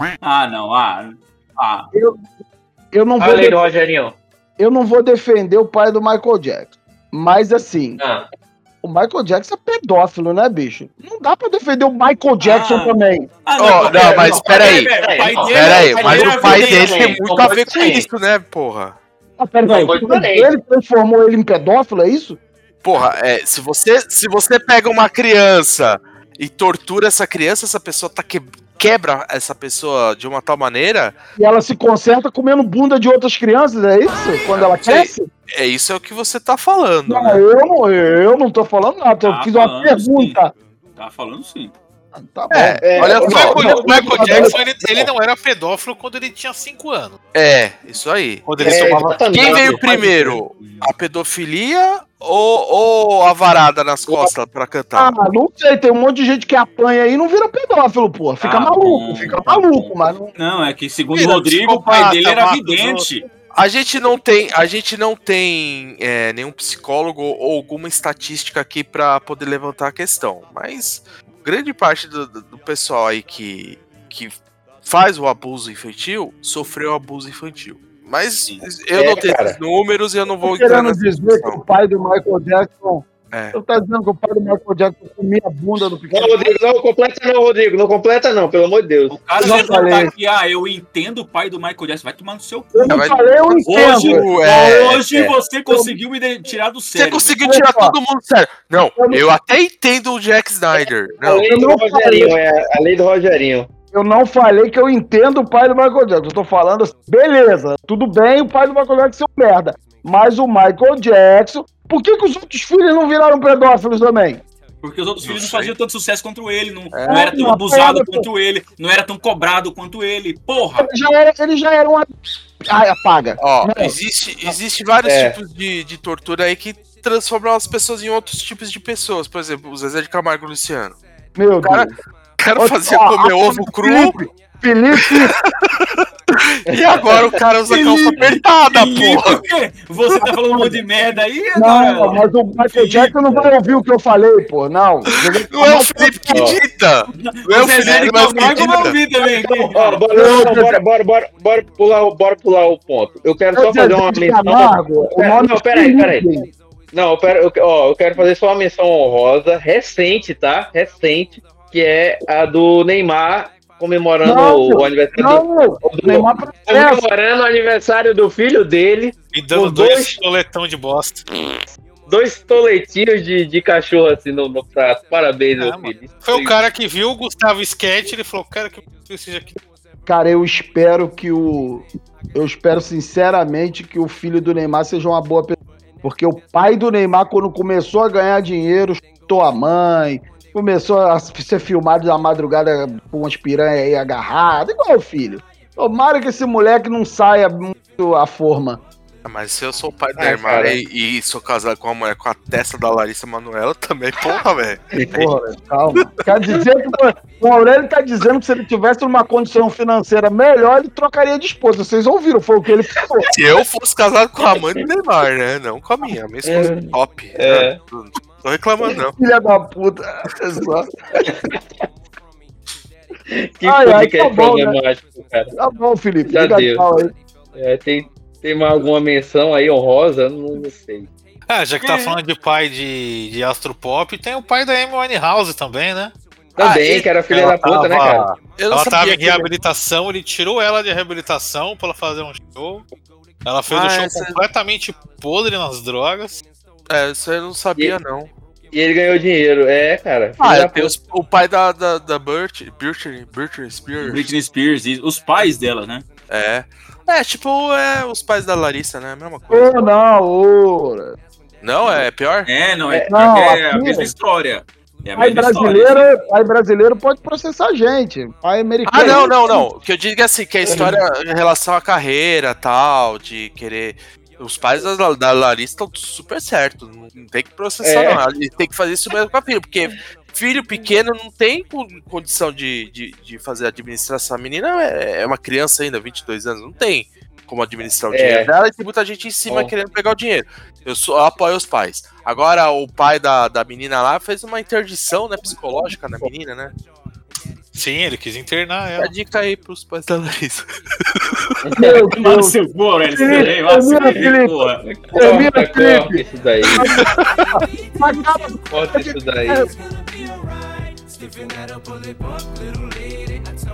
[SPEAKER 8] Eu não vou...
[SPEAKER 9] Rogerinho.
[SPEAKER 8] Eu não vou defender o pai do Michael Jackson. Mas assim... O Michael Jackson é pedófilo, né, bicho? Não dá pra defender o Michael Jackson também.
[SPEAKER 3] Não, mas peraí. Mas o pai dele tem muito a ver com isso, né, porra?
[SPEAKER 8] Peraí. Ele transformou ele em pedófilo, é isso?
[SPEAKER 3] Porra, se você pega uma criança e tortura essa criança, essa pessoa quebra essa pessoa de uma tal maneira...
[SPEAKER 8] E ela se conserta comendo bunda de outras crianças, é isso? Quando ela cresce?
[SPEAKER 3] Isso é o que você tá falando.
[SPEAKER 8] Não,
[SPEAKER 3] né?
[SPEAKER 8] eu não tô falando nada, eu fiz uma pergunta.
[SPEAKER 10] Tá falando sim.
[SPEAKER 8] Tá bom.
[SPEAKER 3] Olha só.
[SPEAKER 13] O Michael Jackson, ele não era pedófilo quando ele tinha 5 anos.
[SPEAKER 3] Isso aí.
[SPEAKER 13] Quando ele tomava...
[SPEAKER 3] Quem veio primeiro? A pedofilia ou a varada nas costas pra cantar?
[SPEAKER 8] Não sei, tem um monte de gente que apanha aí e não vira pedófilo, pô. Fica maluco, mas não...
[SPEAKER 10] Não, é que segundo o Rodrigo, o pai dele era vidente.
[SPEAKER 3] A gente não tem nenhum psicólogo ou alguma estatística aqui pra poder levantar a questão, mas grande parte do pessoal aí que faz o abuso infantil sofreu abuso infantil. Mas eu não tenho esses números e eu não vou entrar nessa
[SPEAKER 8] dizer que o pai do Michael Jackson... Eu tá dizendo que o pai do Michael Jackson comia a bunda do pequeno...
[SPEAKER 9] Não, Rodrigo, não completa não, pelo amor de Deus.
[SPEAKER 10] O cara vai falar aqui, eu entendo o pai do Michael Jackson, vai tomar no seu cu.
[SPEAKER 8] Eu não falei, eu entendo.
[SPEAKER 10] Hoje você conseguiu me tirar do sério.
[SPEAKER 3] Você conseguiu tirar todo mundo do sério. Não, eu até entendo o Jack Snyder.
[SPEAKER 9] A lei do Rogerinho.
[SPEAKER 8] Eu não falei que eu entendo o pai do Michael Jackson. Eu tô falando assim, beleza, tudo bem, o pai do Michael Jackson é um merda. Mas o Michael Jackson... Por que os outros filhos não viraram pedófilos também?
[SPEAKER 10] Porque os outros filhos não faziam tanto sucesso quanto ele, não era tão abusado quanto ele, não era tão cobrado quanto ele. Porra!
[SPEAKER 8] Ele já era uma... apaga.
[SPEAKER 3] Existe vários tipos de tortura aí que transformam as pessoas em outros tipos de pessoas. Por exemplo, o Zezé de Camargo e Luciano.
[SPEAKER 8] Meu Deus.
[SPEAKER 3] O cara fazia comer ovo cru...
[SPEAKER 8] Felipe!
[SPEAKER 3] E agora o cara usa calça apertada, porra!
[SPEAKER 10] Você tá falando um monte de merda aí?
[SPEAKER 8] Não, mas o Michael Jackson não vai ouvir o que eu falei, pô, não.
[SPEAKER 3] Não é o Felipe que dita! Não é o Felipe que
[SPEAKER 10] vai ouvir também.
[SPEAKER 9] Bora pular o ponto. Eu quero só fazer uma menção... Não, peraí. Não, eu quero fazer só uma menção honrosa, recente, tá? Recente, que é a do Neymar comemorando o aniversário comemorando o aniversário do filho dele.
[SPEAKER 13] E dando dois toletão de bosta.
[SPEAKER 9] 2 toletinhos de cachorro assim no prato. Parabéns, meu filho.
[SPEAKER 13] Foi o cara que viu o Gustavo Sketch, ele falou, quero que seja aqui.
[SPEAKER 8] Cara, eu espero sinceramente que o filho do Neymar seja uma boa pessoa. Porque o pai do Neymar, quando começou a ganhar dinheiro, chutou a mãe, começou a ser filmado na madrugada com umas piranhas aí agarradas, igual o filho. Tomara que esse moleque não saia muito à forma.
[SPEAKER 3] Mas se eu sou o pai do Neymar e sou casado com uma mulher com a testa da Larissa Manoela, também, porra, velho.
[SPEAKER 8] Porra, velho, calma. Quer dizer que o Aurélio tá dizendo que se ele tivesse numa condição financeira melhor, ele trocaria de esposa. Vocês ouviram, foi o que ele falou.
[SPEAKER 3] Se eu fosse casado com a mãe do Neymar, né? Não com a minha. A minha esposa é top. Não tô reclamando, não.
[SPEAKER 8] Filha da puta. Pessoal.
[SPEAKER 9] Que podcast problemático,
[SPEAKER 8] né? Cara. Tá bom, Felipe.
[SPEAKER 9] Já deu. Aí. Tem mais alguma menção aí honrosa? Não sei.
[SPEAKER 13] Já que tá falando de pai de Astropop, tem o pai da Amy Winehouse também, né?
[SPEAKER 9] Também, que era filha da puta, né, cara?
[SPEAKER 13] Ela tava em reabilitação, ele tirou ela de reabilitação pra ela fazer um show. Ela fez o show completamente podre nas drogas.
[SPEAKER 3] Isso eu não sabia, não.
[SPEAKER 9] E ele ganhou dinheiro, cara.
[SPEAKER 3] Tem o pai da Britney
[SPEAKER 10] Spears, e os pais dela, né?
[SPEAKER 3] Os pais da Larissa, né? A mesma coisa.
[SPEAKER 8] Não,
[SPEAKER 3] Não, é pior?
[SPEAKER 10] Não, é a mesma história.
[SPEAKER 8] Pai brasileiro pode processar a gente. Pai americano.
[SPEAKER 3] Não. O que eu digo é assim, que a história em relação à carreira tal, de querer Os pais da Larissa estão super certos. Não tem que processar, não. Eles tem que fazer isso mesmo com a filha, porque filho pequeno não tem condição de fazer administração. A menina é uma criança ainda, 22 anos, não tem como administrar o dinheiro dela, e tem muita gente em cima querendo pegar o dinheiro. Eu apoio os pais. Agora, o pai da menina lá fez uma interdição, né, psicológica na menina, né?
[SPEAKER 13] Sim, ele quis internar ela.
[SPEAKER 3] A dica aí pros pais da Larissa.
[SPEAKER 10] Meu Deus. Seu porra, ele porra.
[SPEAKER 9] Corta isso daí. Corta isso daí.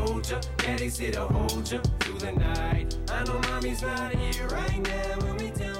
[SPEAKER 9] I know mommy's not here right now when we tell